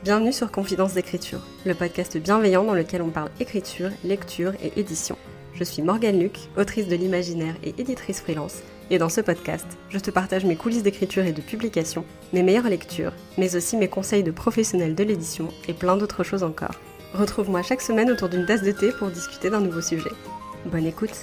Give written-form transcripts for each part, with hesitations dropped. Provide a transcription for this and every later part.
Bienvenue sur Confidence d'écriture, le podcast bienveillant dans lequel on parle écriture, lecture et édition. Je suis Morgane Luc, autrice de l'imaginaire et éditrice freelance, et dans ce podcast, je te partage mes coulisses d'écriture et de publication, mes meilleures lectures, mais aussi mes conseils de professionnels de l'édition et plein d'autres choses encore. Retrouve-moi chaque semaine autour d'une tasse de thé pour discuter d'un nouveau sujet. Bonne écoute!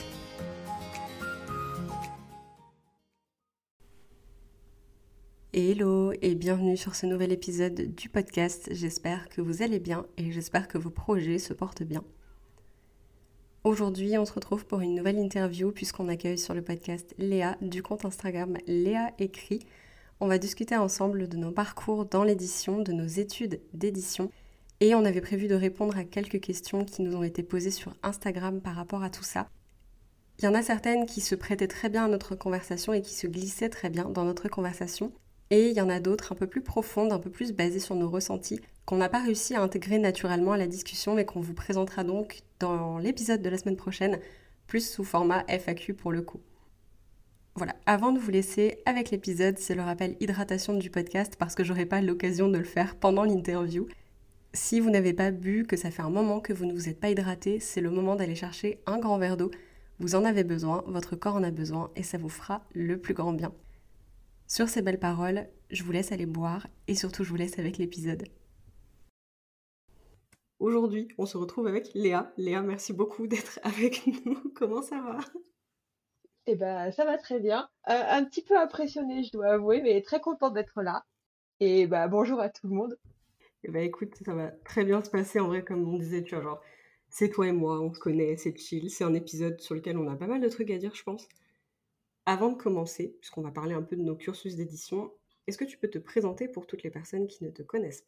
Hello et bienvenue sur ce nouvel épisode du podcast. J'espère que vous allez bien et j'espère que vos projets se portent bien. Aujourd'hui, on se retrouve pour une nouvelle interview puisqu'on accueille sur le podcast Léa du compte Instagram Léa Écrit. On va discuter ensemble de nos parcours dans l'édition, de nos études d'édition et on avait prévu de répondre à quelques questions qui nous ont été posées sur Instagram par rapport à tout ça. Il y en a certaines qui se prêtaient très bien à notre conversation et qui se glissaient très bien dans notre conversation. Et il y en a d'autres un peu plus profondes, un peu plus basées sur nos ressentis, qu'on n'a pas réussi à intégrer naturellement à la discussion, mais qu'on vous présentera donc dans l'épisode de la semaine prochaine, plus sous format FAQ pour le coup. Voilà, avant de vous laisser avec l'épisode, c'est le rappel hydratation du podcast parce que j'aurai pas l'occasion de le faire pendant l'interview. Si vous n'avez pas bu, que ça fait un moment que vous ne vous êtes pas hydraté, c'est le moment d'aller chercher un grand verre d'eau. Vous en avez besoin, votre corps en a besoin et ça vous fera le plus grand bien. Sur ces belles paroles, je vous laisse aller boire et surtout je vous laisse avec l'épisode. Aujourd'hui, on se retrouve avec Léa. Léa, merci beaucoup d'être avec nous. Comment ça va ? Eh ben, ça va très bien. Un petit peu impressionnée, je dois avouer, mais très contente d'être là. Et bah, bonjour à tout le monde. Eh ben écoute, ça va très bien se passer en vrai, comme on disait, tu vois, genre, c'est toi et moi, on se connaît, c'est chill. C'est un épisode sur lequel on a pas mal de trucs à dire, je pense. Avant de commencer, puisqu'on va parler un peu de nos cursus d'édition, est-ce que tu peux te présenter pour toutes les personnes qui ne te connaissent pas ?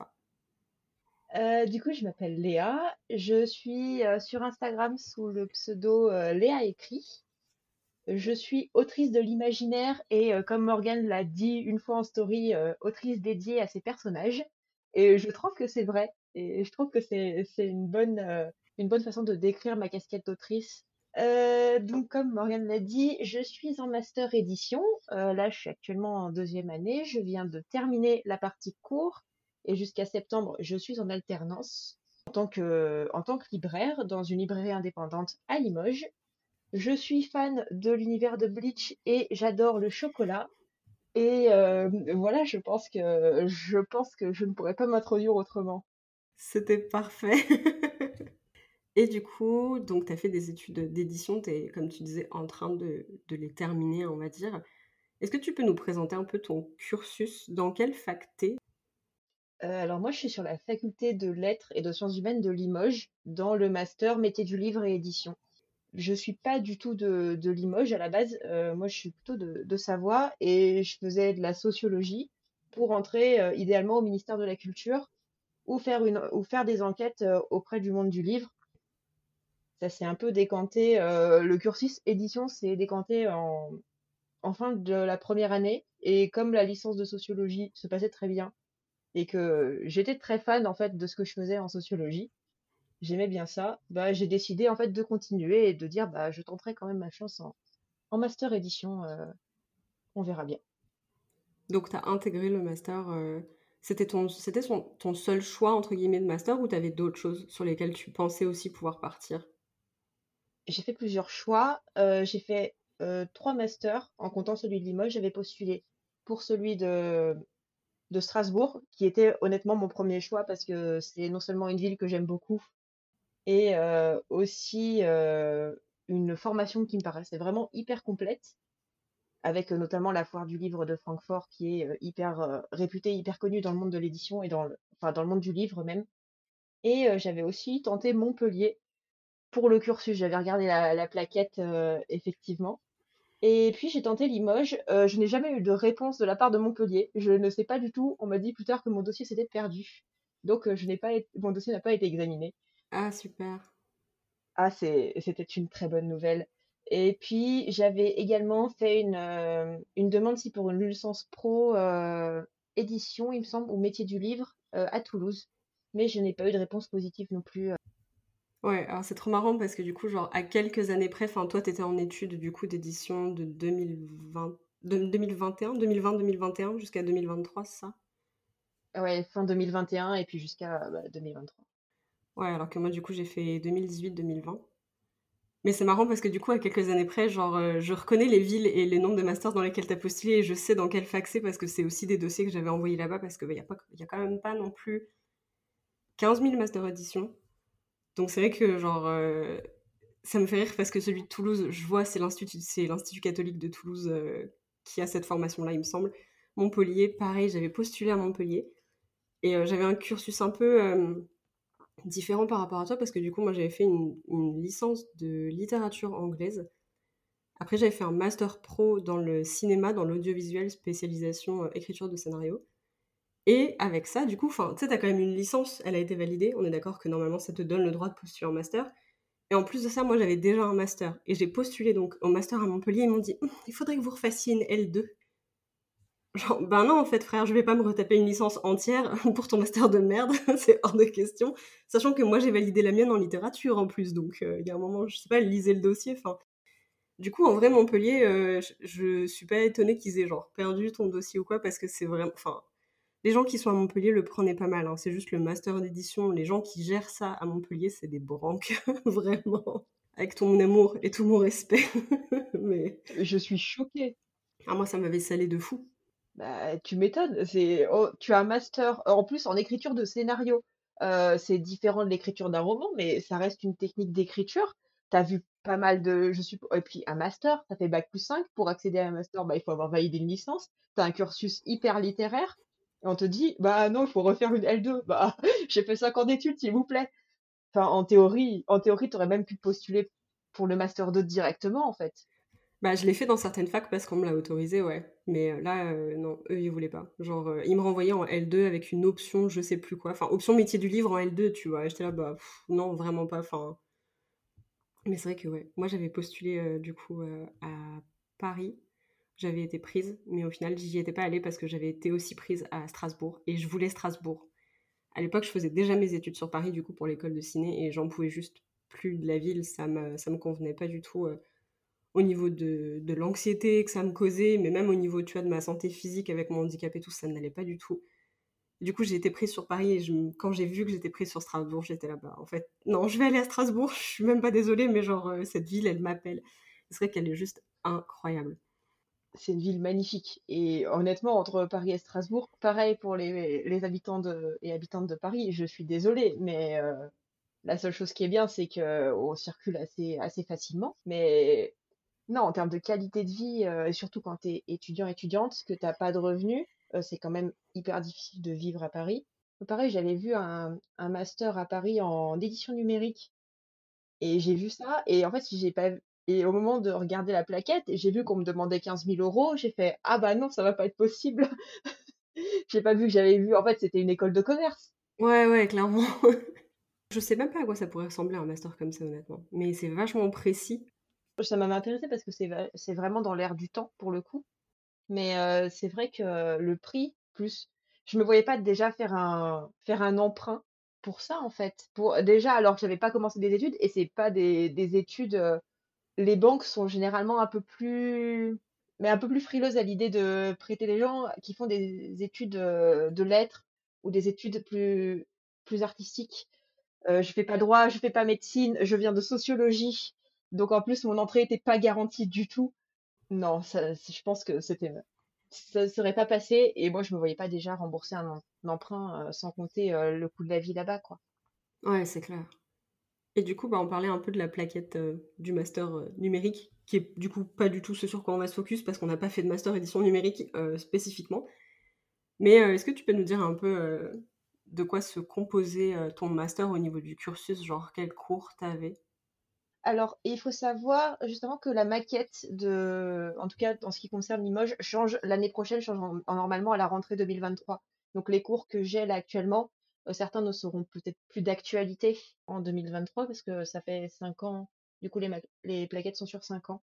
Du coup, je m'appelle Léa. Je suis sur Instagram sous le pseudo Léa Écrit. Je suis autrice de l'imaginaire et, comme Morgane l'a dit une fois en story, autrice dédiée à ses personnages. Et je trouve que c'est vrai. Et je trouve que c'est une bonne façon de décrire ma casquette d'autrice. Donc, comme Morgane l'a dit, je suis en master édition. Là, je suis actuellement en deuxième année. Je viens de terminer la partie cours et jusqu'à septembre, je suis en alternance en tant que libraire dans une librairie indépendante à Limoges. Je suis fan de l'univers de Bleach et j'adore le chocolat. Et voilà, je pense que je ne pourrais pas m'introduire autrement. C'était parfait. Et du coup, donc tu as fait des études d'édition, tu es, comme tu disais, en train de les terminer, on va dire. Est-ce que tu peux nous présenter un peu ton cursus? Dans quelle fac t'es? Alors moi, je suis sur la faculté de lettres et de sciences humaines de Limoges, dans le master métier du livre et édition. Je suis pas du tout de Limoges à la base. Moi, je suis plutôt de Savoie et je faisais de la sociologie pour entrer idéalement au ministère de la Culture ou faire des enquêtes auprès du monde du livre. Ça s'est un peu décanté. Le cursus édition s'est décanté en fin de la première année. Et comme la licence de sociologie se passait très bien et que j'étais très fan en fait de ce que je faisais en sociologie, j'aimais bien ça, bah, j'ai décidé en fait de continuer et de dire bah, je tenterai quand même ma chance en master édition. On verra bien. Donc tu as intégré le master, ton seul choix, entre guillemets, de master ou tu avais d'autres choses sur lesquelles tu pensais aussi pouvoir partir? J'ai fait plusieurs choix. J'ai fait trois masters en comptant celui de Limoges. J'avais postulé pour celui de Strasbourg, qui était honnêtement mon premier choix parce que c'est non seulement une ville que j'aime beaucoup et aussi une formation qui me paraissait vraiment hyper complète, avec notamment la foire du livre de Francfort qui est hyper réputée, hyper connue dans le monde de l'édition et enfin, dans le monde du livre même. Et j'avais aussi tenté Montpellier pour le cursus. J'avais regardé la plaquette effectivement. Et puis j'ai tenté Limoges. Je n'ai jamais eu de réponse de la part de Montpellier. Je ne sais pas du tout. On m'a dit plus tard que mon dossier s'était perdu. Donc mon dossier n'a pas été examiné. Ah super. Ah, c'était une très bonne nouvelle. Et puis j'avais également fait une demande si pour une licence pro édition, il me semble, ou métier du livre à Toulouse. Mais je n'ai pas eu de réponse positive non plus. Ouais, alors c'est trop marrant parce que du coup, genre à quelques années près, enfin toi t'étais en études du coup d'édition de 2020, de 2021, 2020-2021 jusqu'à 2023, c'est ça? Ouais, fin 2021 et puis jusqu'à 2023. Ouais, alors que moi, du coup, j'ai fait 2018-2020. Mais c'est marrant parce que du coup, à quelques années près, genre, je reconnais les villes et les noms de masters dans lesquels tu as postulé et je sais dans quelle fac c'est parce que c'est aussi des dossiers que j'avais envoyés là-bas parce que, y a quand même pas non plus 15 000 masters édition. Donc c'est vrai que, genre, ça me fait rire parce que celui de Toulouse, je vois, c'est l'Institut catholique de Toulouse qui a cette formation-là, il me semble. Montpellier, pareil, j'avais postulé à Montpellier et j'avais un cursus un peu différent par rapport à toi parce que du coup, moi, j'avais fait une licence de littérature anglaise. Après, j'avais fait un master pro dans le cinéma, dans l'audiovisuel, spécialisation écriture de scénario. Et avec ça, du coup, tu sais, t'as quand même une licence, elle a été validée. On est d'accord que normalement, ça te donne le droit de postuler en master. Et en plus de ça, moi, j'avais déjà un master. Et j'ai postulé donc au master à Montpellier. Ils m'ont dit, il faudrait que vous refassiez une L2. Genre, ben non, en fait, frère, je vais pas me retaper une licence entière pour ton master de merde. C'est hors de question. Sachant que moi, j'ai validé la mienne en littérature en plus. Donc, il y a un moment, je sais pas, lisez le dossier. Enfin, du coup, en vrai, Montpellier, je suis pas étonnée qu'ils aient genre perdu ton dossier ou quoi, parce que c'est vraiment. Enfin, les gens qui sont à Montpellier le prenaient pas mal. Hein. C'est juste le master d'édition. Les gens qui gèrent ça à Montpellier, c'est des branques, vraiment. Avec tout mon amour et tout mon respect. Mais Je suis choquée. moi, ça m'avait salé de fou. Bah, tu m'étonnes. Oh, tu as un master en plus en écriture de scénario. C'est différent de l'écriture d'un roman, mais ça reste une technique d'écriture. Tu as vu pas mal de, je suppose, et puis un master, ça fait bac+5. Pour accéder à un master, il faut avoir validé une licence. Tu as un cursus hyper littéraire. Et on te dit, bah non, il faut refaire une L2. Bah, j'ai fait 5 ans d'études, s'il vous plaît. Enfin, en théorie, tu aurais même pu postuler pour le master 2 directement, en fait. Bah, je l'ai fait dans certaines facs parce qu'on me l'a autorisé, ouais. Mais là, non, eux, ils voulaient pas. Genre, ils me renvoyaient en L2 avec une option, je sais plus quoi. Enfin, option métier du livre en L2, tu vois. J'étais là, bah, non, vraiment pas. Enfin, mais c'est vrai que, ouais. Moi, j'avais postulé, du coup, à Paris. J'avais été prise, mais au final, j'y étais pas allée parce que j'avais été aussi prise à Strasbourg. Et je voulais Strasbourg. À l'époque, je faisais déjà mes études sur Paris, du coup, pour l'école de ciné, et j'en pouvais juste plus de la ville. Ça me convenait pas du tout. Au niveau de l'anxiété que ça me causait, mais même au niveau, tu vois, de ma santé physique avec mon handicap et tout, ça n'allait pas du tout. Du coup, j'ai été prise sur Paris et quand j'ai vu que j'étais prise sur Strasbourg, j'étais là-bas. En fait, non, je vais aller à Strasbourg, je suis même pas désolée, mais genre, cette ville, elle m'appelle. C'est vrai qu'elle est juste incroyable. C'est une ville magnifique. Et honnêtement, entre Paris et Strasbourg, pareil pour les habitants et habitantes de Paris, je suis désolée, mais la seule chose qui est bien, c'est qu'on circule assez facilement. Mais non, en termes de qualité de vie, et surtout quand tu es étudiant, étudiante, que tu n'as pas de revenus, c'est quand même hyper difficile de vivre à Paris. Pareil, j'avais vu un master à Paris en édition numérique et j'ai vu ça, et en fait, j'ai pas. Et au moment de regarder la plaquette, j'ai vu qu'on me demandait 15 000 euros. J'ai fait, ah bah non, ça va pas être possible. J'ai pas vu que j'avais vu. En fait, c'était une école de commerce. Ouais, ouais, clairement. Je sais même pas à quoi ça pourrait ressembler un master comme ça, honnêtement. Mais c'est vachement précis. Ça m'avait intéressé parce que c'est vraiment dans l'air du temps pour le coup. Mais c'est vrai que le prix, plus, je me voyais pas déjà faire un emprunt pour ça, en fait. Déjà, alors que j'avais pas commencé des études, et c'est pas des études. Les banques sont généralement un peu plus frileuses à l'idée de prêter des gens qui font des études de lettres ou des études plus artistiques. Je fais pas droit, je fais pas médecine, je viens de sociologie. Donc en plus, mon entrée était pas garantie du tout. Non, je pense que ça serait pas passé, et moi je me voyais pas déjà rembourser un emprunt sans compter le coût de la vie là-bas, quoi. Ouais, c'est clair. Et du coup, bah, on parlait un peu de la plaquette du master numérique, qui est du coup pas du tout ce sur quoi on va se focus parce qu'on n'a pas fait de master édition numérique spécifiquement. Mais est-ce que tu peux nous dire un peu de quoi se composait ton master au niveau du cursus, genre quels cours t'avais? Alors, il faut savoir justement que la maquette en tout cas en ce qui concerne Limoges, change l'année prochaine, change normalement à la rentrée 2023. Donc les cours que j'ai là actuellement, certains ne seront peut-être plus d'actualité en 2023 parce que ça fait 5 ans. Du coup, les plaquettes sont sur 5 ans.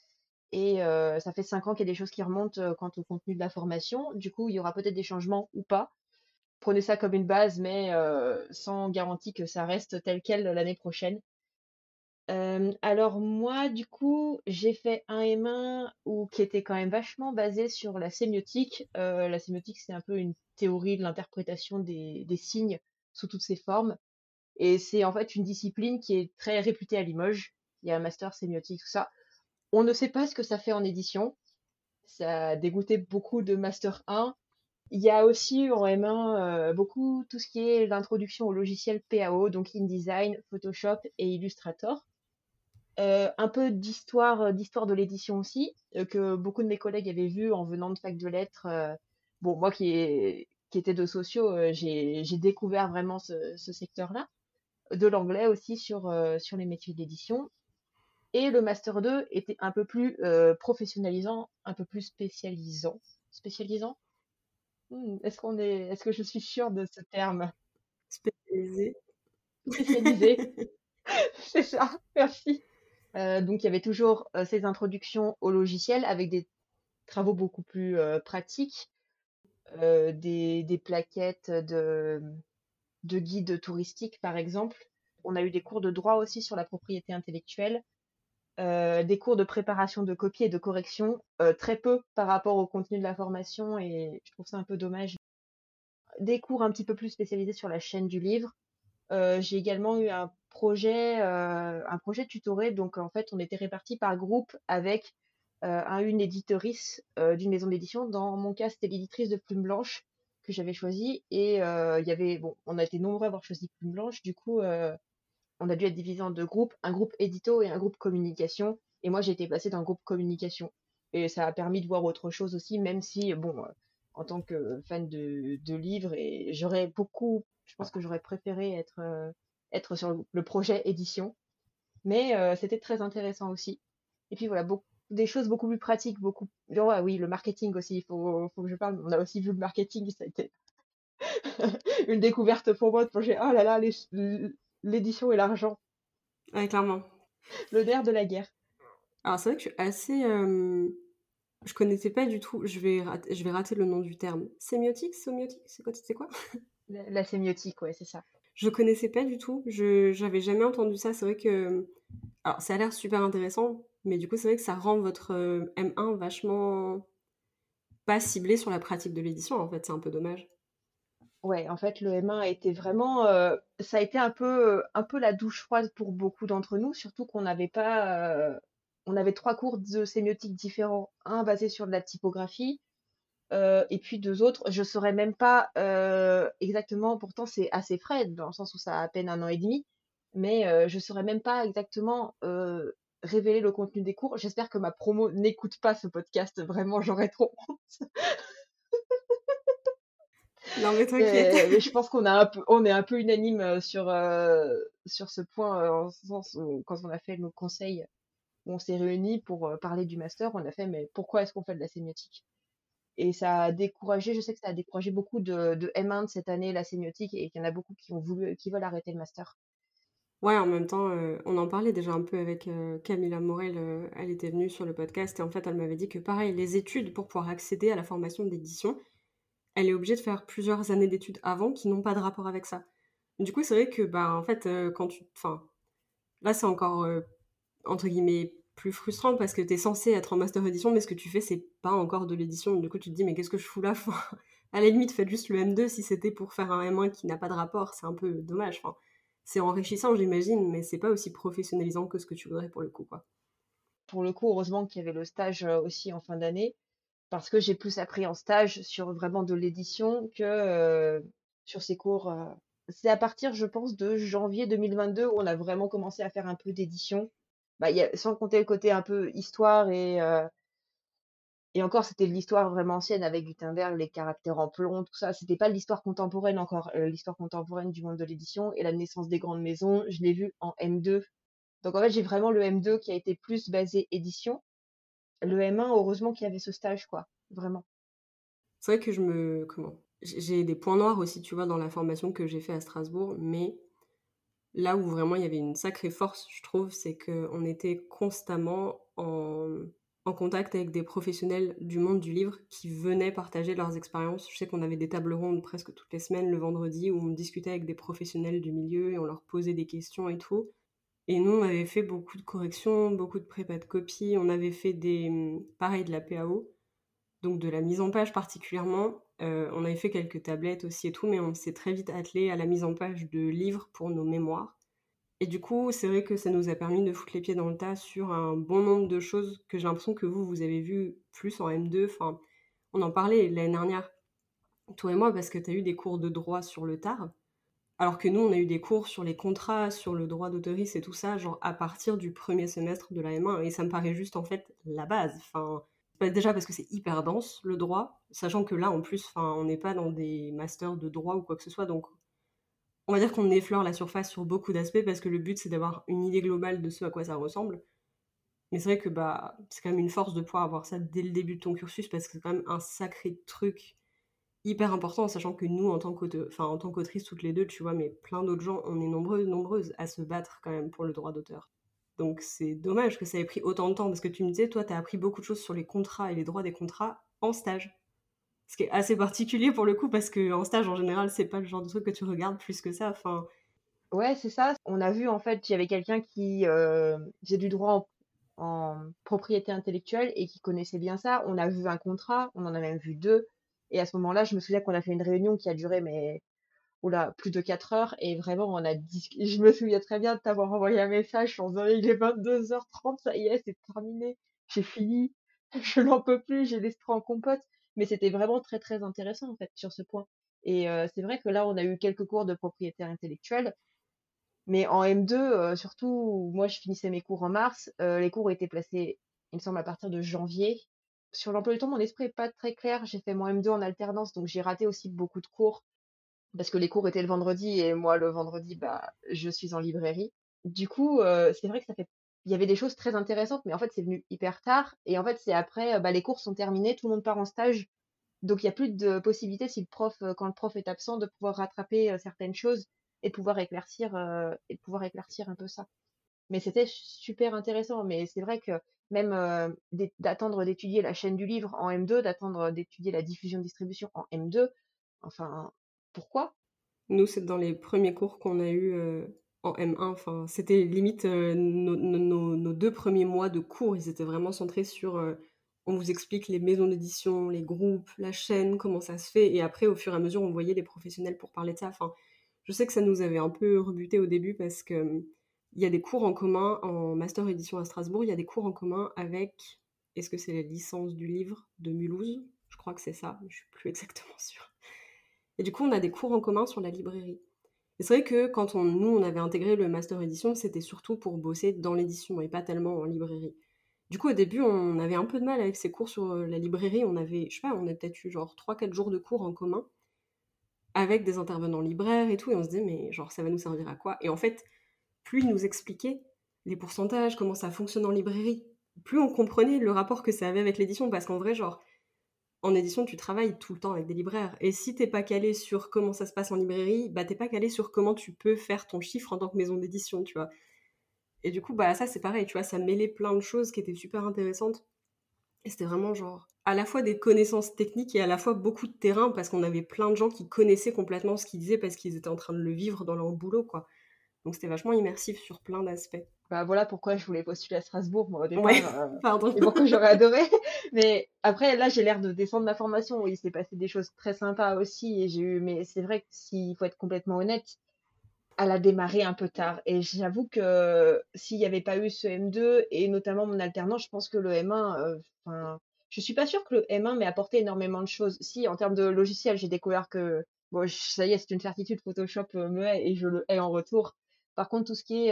Et ça fait 5 ans qu'il y a des choses qui remontent quant au contenu de la formation. Du coup, il y aura peut-être des changements ou pas. Prenez ça comme une base, mais sans garantie que ça reste tel quel l'année prochaine. Alors moi, du coup, j'ai fait un M1 qui était quand même vachement basé sur la sémiotique. La sémiotique, c'est un peu une théorie de l'interprétation des signes sous toutes ses formes. Et c'est en fait une discipline qui est très réputée à Limoges. Il y a un master sémiotique, tout ça. On ne sait pas ce que ça fait en édition. Ça a dégoûté beaucoup de master 1. Il y a aussi en M1 beaucoup tout ce qui est l'introduction au logiciel PAO, donc InDesign, Photoshop et Illustrator. Un peu d'histoire de l'édition aussi, que beaucoup de mes collègues avaient vu en venant de fac de lettres. Bon, moi qui était de sociaux, j'ai découvert vraiment ce secteur-là. De l'anglais aussi sur les métiers d'édition. Et le master 2 était un peu plus professionnalisant, un peu plus spécialisant. Spécialisant? Est-ce que je suis sûre de ce terme? Spécialisé. Spécialisé, c'est ça, merci. Donc il y avait toujours ces introductions au logiciel avec des travaux beaucoup plus pratiques, des plaquettes de guides touristiques par exemple. On a eu des cours de droit aussi sur la propriété intellectuelle, des cours de préparation de copies et de correction, très peu par rapport au contenu de la formation et je trouve ça un peu dommage. Des cours un petit peu plus spécialisés sur la chaîne du livre. J'ai également eu un projet tutoré. Donc, en fait, on était répartis par groupe avec une éditorice d'une maison d'édition. Dans mon cas, c'était l'éditrice de Plume Blanche que j'avais choisie. Et il y avait, bon, on a été nombreux à avoir choisi Plume Blanche. Du coup, on a dû être divisé en deux groupes, un groupe édito et un groupe communication. Et moi, j'ai été placée dans le groupe communication. Et ça a permis de voir autre chose aussi, même si, bon, en tant que fan de livres, et je pense que j'aurais préféré être sur le projet édition. Mais c'était très intéressant aussi. Et puis voilà, des choses beaucoup plus pratiques, genre, ouais, oui, le marketing aussi, faut que je parle. On a aussi vu le marketing, ça a été une découverte pour moi de projet. Oh là là, l'édition et l'argent, Ouais, clairement. le nerf de la guerre. Alors c'est vrai que je suis assez... Je connaissais pas du tout, je vais rater le nom du terme. Sémiotique, somiotique, c'est quoi? La sémiotique, ouais, c'est ça. Je connaissais pas du tout, j'avais jamais entendu ça. C'est vrai que... Alors ça a l'air super intéressant, mais du coup c'est vrai que ça rend votre M1 vachement pas ciblé sur la pratique de l'édition, en fait, c'est un peu dommage. Ouais, en fait, le M1 a été vraiment, ça a été un peu la douche froide pour beaucoup d'entre nous, surtout qu'on n'avait pas, on avait trois cours de sémiotique différents, un basé sur de la typographie, et puis deux autres, je saurais même pas exactement, pourtant c'est assez frais, dans le sens où ça a à peine un an et demi, mais je saurais même pas exactement révéler le contenu des cours. J'espère que ma promo n'écoute pas ce podcast, vraiment, j'aurais trop honte. Non mais t'inquiète. Mais je pense on est un peu unanime sur ce point, en ce sens où quand on a fait nos conseils, où on s'est réunis pour parler du master, on a fait, mais pourquoi est-ce qu'on fait de la sémiotique? Et ça a découragé, je sais que ça a découragé beaucoup de M1 de cette année, la sémiotique, et qu'il y en a beaucoup qui veulent arrêter le master. Ouais, en même temps, on en parlait déjà un peu avec Camilla Morel, elle était venue sur le podcast et en fait elle m'avait dit que pareil, les études pour pouvoir accéder à la formation d'édition, elle est obligée de faire plusieurs années d'études avant qui n'ont pas de rapport avec ça. Du coup, c'est vrai que bah en fait enfin là c'est encore entre guillemets plus frustrant parce que t'es censé être en master édition mais ce que tu fais c'est pas encore de l'édition. Du coup, tu te dis mais qu'est-ce que je fous là? Enfin, à la limite, faites juste le M2 si c'était pour faire un M1 qui n'a pas de rapport, c'est un peu dommage. Enfin, c'est enrichissant, j'imagine, mais c'est pas aussi professionnalisant que ce que tu voudrais pour le coup, quoi. Pour le coup, heureusement qu'il y avait le stage aussi en fin d'année, parce que j'ai plus appris en stage sur vraiment de l'édition que sur ces cours. C'est à partir, je pense, de janvier 2022 où on a vraiment commencé à faire un peu d'édition. Bah, sans compter le côté un peu histoire et encore, c'était de l'histoire vraiment ancienne avec Gutenberg, les caractères en plomb, tout ça. C'était pas de l'histoire contemporaine encore, l'histoire contemporaine du monde de l'édition et la naissance des grandes maisons. Je l'ai vu en M2. Donc en fait, j'ai vraiment le M2 qui a été plus basé édition. Le M1, heureusement qu'il y avait ce stage, quoi. Vraiment. C'est vrai que comment? J'ai des points noirs aussi, tu vois, dans la formation que j'ai fait à Strasbourg, mais là où vraiment il y avait une sacrée force, je trouve, c'est qu'on était constamment en contact avec des professionnels du monde du livre qui venaient partager leurs expériences. Je sais qu'on avait des tables rondes presque toutes les semaines le vendredi où on discutait avec des professionnels du milieu et on leur posait des questions et tout. Et nous, on avait fait beaucoup de corrections, beaucoup de prépa de copie. On avait fait pareil, de la PAO, donc de la mise en page particulièrement. On avait fait quelques tablettes aussi et tout, mais on s'est très vite attelé à la mise en page de livres pour nos mémoires. Et du coup, c'est vrai que ça nous a permis de foutre les pieds dans le tas sur un bon nombre de choses que j'ai l'impression que vous avez vu plus en M2. Enfin, on en parlait l'année dernière, toi et moi, parce que tu as eu des cours de droit sur le tard. Alors que nous, on a eu des cours sur les contrats, sur le droit d'autorise et tout ça, genre à partir du premier semestre de la M1. Et ça me paraît juste en fait la base. Enfin, déjà parce que c'est hyper dense le droit, sachant que là en plus, enfin, on n'est pas dans des masters de droit ou quoi que ce soit. Donc on va dire qu'on effleure la surface sur beaucoup d'aspects parce que le but c'est d'avoir une idée globale de ce à quoi ça ressemble. Mais c'est vrai que bah, c'est quand même une force de pouvoir avoir ça dès le début de ton cursus parce que c'est quand même un sacré truc hyper important, sachant que nous, en tant qu'autrices toutes les deux, tu vois, mais plein d'autres gens, on est nombreuses à se battre quand même pour le droit d'auteur. Donc c'est dommage que ça ait pris autant de temps, parce que tu me disais, toi, t'as appris beaucoup de choses sur les contrats et les droits des contrats en stage. Ce qui est assez particulier pour le coup, parce qu'en stage, en général, c'est pas le genre de truc que tu regardes plus que ça. Enfin, Ouais, c'est ça. On a vu, en fait, il y avait quelqu'un qui faisait du droit en propriété intellectuelle et qui connaissait bien ça. On a vu un contrat, on en a même vu deux. Et à ce moment-là, je me souviens qu'on a fait une réunion qui a duré, mais oula, plus de 4 heures. Et vraiment, on a discuté. Je me souviens très bien de t'avoir envoyé un message en disant, il est 22h30, ça y est, c'est terminé. J'ai fini. Je n'en peux plus, j'ai l'esprit en compote. Mais c'était vraiment très, très intéressant, en fait, sur ce point. Et c'est vrai que là, on a eu quelques cours de propriété intellectuelle. Mais en M2, surtout, moi, je finissais mes cours en mars. Les cours étaient placés, il me semble, à partir de janvier. Sur l'emploi du temps, mon esprit est pas très clair. J'ai fait mon M2 en alternance, donc j'ai raté aussi beaucoup de cours parce que les cours étaient le vendredi et moi, le vendredi, bah, je suis en librairie. Du coup, c'est vrai que il y avait des choses très intéressantes, mais en fait, c'est venu hyper tard. Et en fait, c'est après, bah, les cours sont terminés, tout le monde part en stage. Donc, il y a plus de possibilité, si le prof, quand le prof est absent, de pouvoir rattraper certaines choses et de pouvoir éclaircir un peu ça. Mais c'était super intéressant. Mais c'est vrai que même d'attendre d'étudier la chaîne du livre en M2, d'attendre d'étudier la diffusion-distribution en M2, enfin, pourquoi? nous, c'est dans les premiers cours qu'on a eu en M1. Enfin, c'était limite nos 2 premiers mois de cours. Ils étaient vraiment centrés sur. On vous explique les maisons d'édition, les groupes, la chaîne, comment ça se fait. Et après, au fur et à mesure, on voyait les professionnels pour parler de ça. Enfin, je sais que ça nous avait un peu rebuté au début parce que il y a des cours en commun en master édition à Strasbourg. Il y a des cours en commun avec. Est-ce que c'est la licence du livre de Mulhouse? Je crois que c'est ça, mais je suis plus exactement sûre. Et du coup, on a des cours en commun sur la librairie. Et c'est vrai que quand nous, on avait intégré le master édition, c'était surtout pour bosser dans l'édition et pas tellement en librairie. Du coup, au début, on avait un peu de mal avec ces cours sur la librairie. On avait, je sais pas, on a peut-être eu genre 3 4 jours de cours en commun avec des intervenants libraires et tout. Et on se disait, mais genre, ça va nous servir à quoi? Et en fait, plus ils nous expliquaient les pourcentages, comment ça fonctionne en librairie, plus on comprenait le rapport que ça avait avec l'édition. Parce qu'en vrai, genre, en édition, tu travailles tout le temps avec des libraires. Et si t'es pas calé sur comment ça se passe en librairie, bah t'es pas calé sur comment tu peux faire ton chiffre en tant que maison d'édition, tu vois. Et du coup, bah ça c'est pareil, tu vois, ça mêlait plein de choses qui étaient super intéressantes. Et c'était vraiment genre à la fois des connaissances techniques et à la fois beaucoup de terrain parce qu'on avait plein de gens qui connaissaient complètement ce qu'ils disaient parce qu'ils étaient en train de le vivre dans leur boulot, quoi. Donc c'était vachement immersif sur plein d'aspects. Bah voilà pourquoi je voulais postuler à Strasbourg, moi, au Ouais, départ, pardon. et pourquoi j'aurais adoré. Mais après, là, j'ai l'air de descendre ma formation. Oui, il s'est passé des choses très sympas aussi, mais c'est vrai que s'il faut être complètement honnête, elle a démarré un peu tard. Et j'avoue que s'il n'y avait pas eu ce M2 et notamment mon alternance, je pense que le M1, enfin, je suis pas sûre que le M1 m'ait apporté énormément de choses. Si, en termes de logiciel, j'ai découvert que, bon, ça y est, c'est une certitude, Photoshop me hait et je le hais en retour. Par contre, tout ce qui est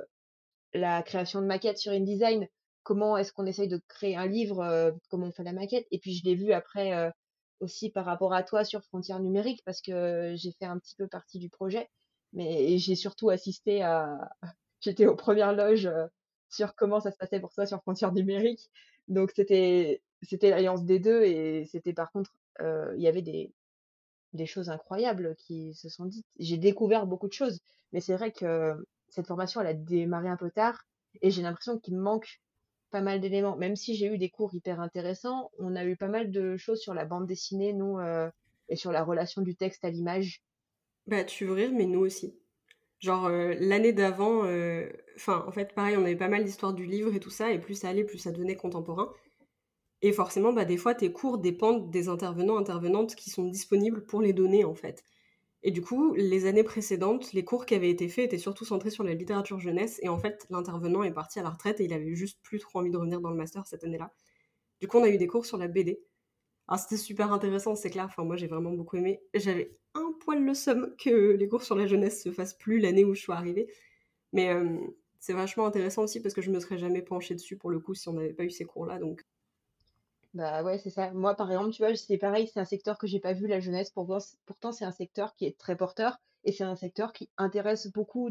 la création de maquettes sur InDesign, comment est-ce qu'on essaye de créer un livre, comment on fait la maquette. Et puis je l'ai vu après aussi par rapport à toi sur Frontières numériques parce que j'ai fait un petit peu partie du projet, mais j'ai surtout assisté à, j'étais aux premières loges sur comment ça se passait pour toi sur Frontières numériques. Donc c'était l'alliance des deux et c'était par contre il y avait des choses incroyables qui se sont dites. J'ai découvert beaucoup de choses, mais c'est vrai que cette formation, elle a démarré un peu tard et j'ai l'impression qu'il me manque pas mal d'éléments. Même si j'ai eu des cours hyper intéressants, on a eu pas mal de choses sur la bande dessinée, nous, et sur la relation du texte à l'image. Bah tu veux rire, mais nous aussi. Genre, l'année d'avant, enfin, en fait, pareil, on avait pas mal d'histoires du livre et tout ça, et plus ça allait, plus ça devenait contemporain. Et forcément, bah, des fois, tes cours dépendent des intervenants, intervenantes qui sont disponibles pour les donner, en fait. Et du coup, les années précédentes, les cours qui avaient été faits étaient surtout centrés sur la littérature jeunesse, et en fait, l'intervenant est parti à la retraite et il avait juste plus trop envie de revenir dans le master cette année-là. Du coup, on a eu des cours sur la BD. Alors, c'était super intéressant, c'est clair. Enfin, moi, j'ai vraiment beaucoup aimé. J'avais un poil le seum que les cours sur la jeunesse se fassent plus l'année où je suis arrivée. Mais c'est vachement intéressant aussi parce que je me serais jamais penchée dessus pour le coup si on n'avait pas eu ces cours-là. Donc, Bah ouais, c'est ça. Moi, par exemple, tu vois, c'est pareil, c'est un secteur que j'ai pas vu, la jeunesse. Pourtant, c'est un secteur qui est très porteur et c'est un secteur qui intéresse beaucoup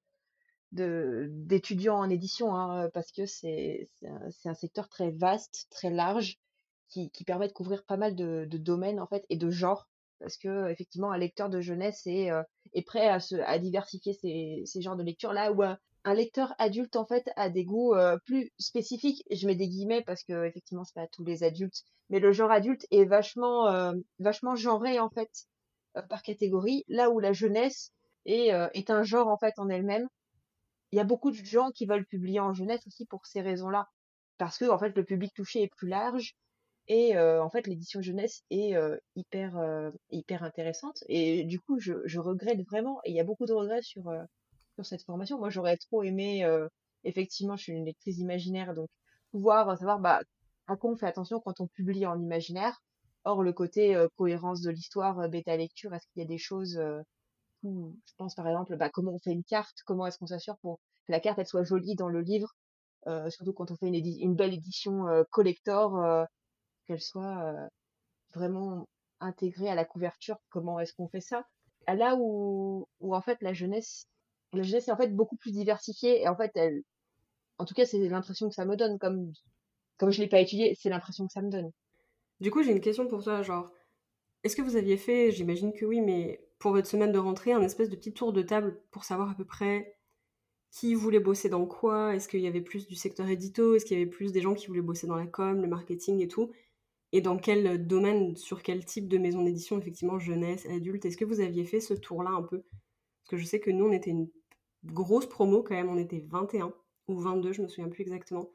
d'étudiants en édition, hein, parce que c'est un secteur très vaste, très large, qui permet de couvrir pas mal de domaines en fait et de genres. Parce que effectivement, un lecteur de jeunesse est prêt à diversifier ses genres de lecture, là où un lecteur adulte en fait a des goûts plus spécifiques. Je mets des guillemets parce que effectivement, c'est pas tous les adultes, mais le genre adulte est vachement genré en fait par catégorie, là où la jeunesse est un genre en fait en elle-même. Il y a beaucoup de gens qui veulent publier en jeunesse aussi pour ces raisons-là. Parce que, en fait, le public touché est plus large et en fait, l'édition jeunesse est hyper intéressante. Et du coup, je regrette vraiment, et il y a beaucoup de regrets sur cette formation. Moi, j'aurais trop aimé, effectivement, je suis une lectrice imaginaire, donc pouvoir savoir bah, à quoi on fait attention quand on publie en imaginaire. Or, le côté cohérence de l'histoire, bêta lecture, est-ce qu'il y a des choses je pense par exemple, bah, comment on fait une carte, comment est-ce qu'on s'assure pour que la carte elle soit jolie dans le livre, surtout quand on fait une belle édition collector, qu'elle soit vraiment intégrée à la couverture. Comment est-ce qu'on fait ça? Là où en fait la jeunesse est en fait beaucoup plus diversifiée et en fait en tout cas c'est l'impression que ça me donne, comme je l'ai pas étudié, c'est l'impression que ça me donne. du coup, j'ai une question pour toi. Genre, est-ce que vous aviez fait, j'imagine que oui, mais pour votre semaine de rentrée, un espèce de petit tour de table pour savoir à peu près qui voulait bosser dans quoi? Est-ce qu'il y avait plus du secteur édito? Est-ce qu'il y avait plus des gens qui voulaient bosser dans la com, le marketing et tout? Et dans quel domaine, sur quel type de maison d'édition, effectivement, jeunesse, adulte? Est-ce que vous aviez fait ce tour-là un peu? Parce que je sais que nous, on était une grosse promo quand même, on était 21 ou 22, je me souviens plus exactement.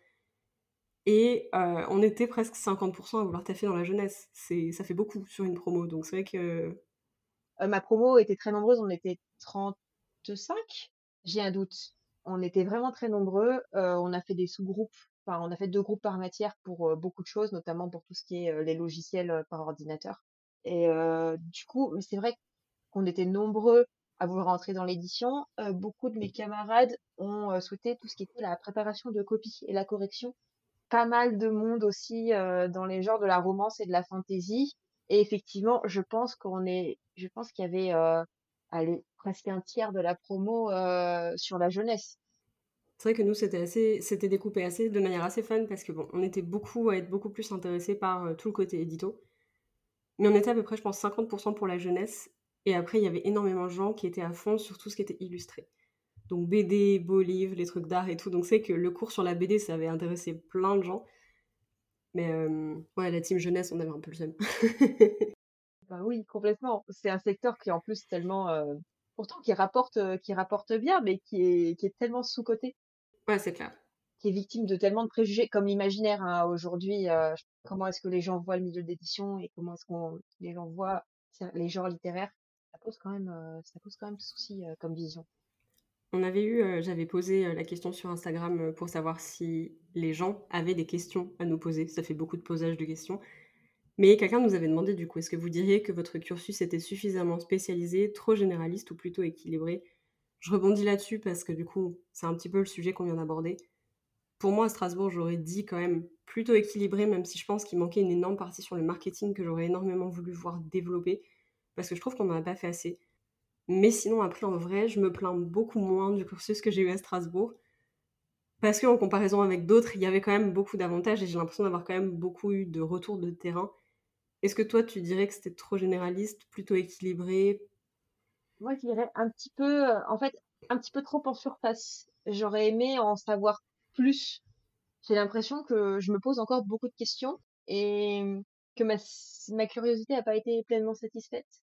Et on était presque 50% à vouloir taffer dans la jeunesse. Ça fait beaucoup sur une promo, donc c'est vrai que... Ma promo était très nombreuse, on était 35. J'ai un doute. On était vraiment très nombreux. On a fait des sous-groupes, enfin, on a fait 2 groupes par matière pour beaucoup de choses, notamment pour tout ce qui est les logiciels par ordinateur. Et du coup, mais c'est vrai qu'on était nombreux à vouloir entrer dans l'édition. Beaucoup de mes camarades ont souhaité tout ce qui était la préparation de copies et la correction. Pas mal de monde aussi dans les genres de la romance et de la fantasy. Et effectivement, je pense qu'il y avait allez, presque un tiers de la promo sur la jeunesse. C'est vrai que nous, c'était découpé de manière assez fun parce que bon, on était beaucoup à être beaucoup plus intéressés par tout le côté édito. Mais on était à peu près, je pense, 50% pour la jeunesse. Et après, il y avait énormément de gens qui étaient à fond sur tout ce qui était illustré. Donc BD, beaux livres, les trucs d'art et tout. Donc c'est que le cours sur la BD, ça avait intéressé plein de gens. Mais ouais, la team jeunesse, on avait un peu le seum. Bah oui, complètement. C'est un secteur qui est en plus tellement, pourtant qui rapporte bien, mais qui est tellement sous-coté, Ouais, c'est clair. qui est victime de tellement de préjugés, comme l'imaginaire hein, aujourd'hui. Comment est-ce que les gens voient le milieu de l'édition et comment est-ce qu'on les gens voient les genres littéraires, ça pose quand même souci comme vision. J'avais posé la question sur Instagram pour savoir si les gens avaient des questions à nous poser. Ça fait beaucoup de posage de questions. Mais quelqu'un nous avait demandé du coup, est-ce que vous diriez que votre cursus était suffisamment spécialisé, trop généraliste ou plutôt équilibré? Je rebondis là-dessus parce que du coup, c'est un petit peu le sujet qu'on vient d'aborder. Pour moi, à Strasbourg, j'aurais dit quand même plutôt équilibré, même si je pense qu'il manquait une énorme partie sur le marketing que j'aurais énormément voulu voir développer, parce que je trouve qu'on n'en a pas fait assez. Mais sinon, après, en vrai, je me plains beaucoup moins du cursus que j'ai eu à Strasbourg, parce qu'en comparaison avec d'autres, il y avait quand même beaucoup d'avantages et j'ai l'impression d'avoir quand même beaucoup eu de retours de terrain. Est-ce que toi, tu dirais que c'était trop généraliste, plutôt équilibré? Moi, je dirais un petit peu, en fait, un petit peu trop en surface. J'aurais aimé en savoir plus. J'ai l'impression que je me pose encore beaucoup de questions et que ma curiosité n'a pas été pleinement satisfaite.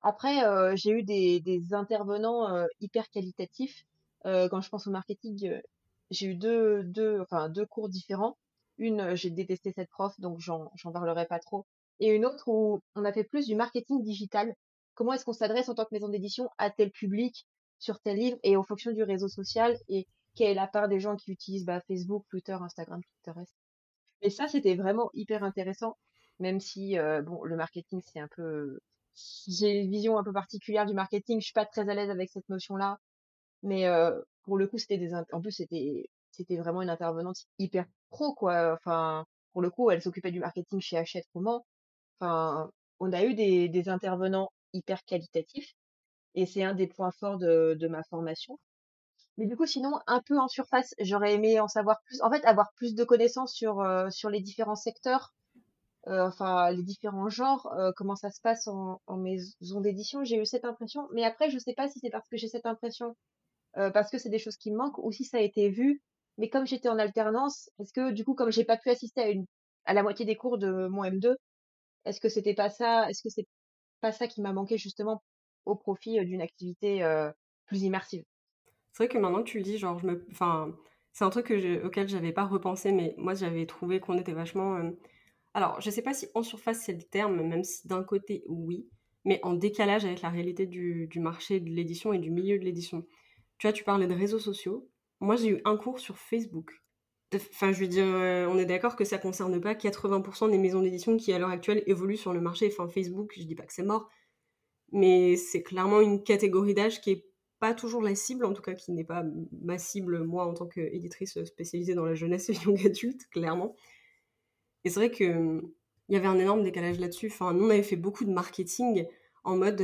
Après, j'ai eu des intervenants hyper qualitatifs. Quand je pense au marketing, j'ai eu enfin, deux cours différents. Une, j'ai détesté cette prof, donc j'en parlerai pas trop. Et une autre où on a fait plus du marketing digital. Comment est-ce qu'on s'adresse en tant que maison d'édition à tel public, sur tel livre, et en fonction du réseau social, et quelle est la part des gens qui utilisent Facebook, Twitter, Instagram, Pinterest. Et ça, c'était vraiment hyper intéressant, même si, bon, le marketing, c'est un peu, j'ai une vision un peu particulière du marketing. Je suis pas très à l'aise avec cette notion-là, mais pour le coup, en plus, c'était vraiment une intervenante hyper pro, quoi. Enfin, pour le coup, elle s'occupait du marketing chez Hachette Roman. Enfin, on a eu des intervenants hyper qualitatifs, et c'est un des points forts de ma formation. Mais du coup, sinon, un peu en surface, j'aurais aimé en savoir plus. En fait, avoir plus de connaissances sur les différents secteurs, enfin les différents genres, comment ça se passe en maison d'édition. J'ai eu cette impression, mais après, je sais pas si c'est parce que j'ai cette impression, parce que c'est des choses qui me manquent, ou si ça a été vu. Mais comme j'étais en alternance, est-ce que du coup, comme j'ai pas pu assister à la moitié des cours de mon M2, est-ce que c'était pas ça, est-ce que c'est pas ça qui m'a manqué justement au profit d'une activité plus immersive? C'est vrai que maintenant que tu le dis, genre, enfin, c'est un truc auquel j'avais pas repensé, mais moi, j'avais trouvé qu'on était vachement. Alors, je sais pas si en surface c'est le terme, même si d'un côté, oui, mais en décalage avec la réalité du marché de l'édition et du milieu de l'édition. Tu vois, tu parlais de réseaux sociaux. Moi, j'ai eu un cours sur Facebook. Enfin, je veux dire, on est d'accord que ça concerne pas 80% des maisons d'édition qui, à l'heure actuelle, évoluent sur le marché. Enfin, Facebook, je dis pas que c'est mort, mais c'est clairement une catégorie d'âge qui est pas toujours la cible, en tout cas qui n'est pas ma cible, moi, en tant qu'éditrice spécialisée dans la jeunesse et young adulte, clairement. Et c'est vrai que il y avait un énorme décalage là-dessus. Enfin, nous, on avait fait beaucoup de marketing en mode.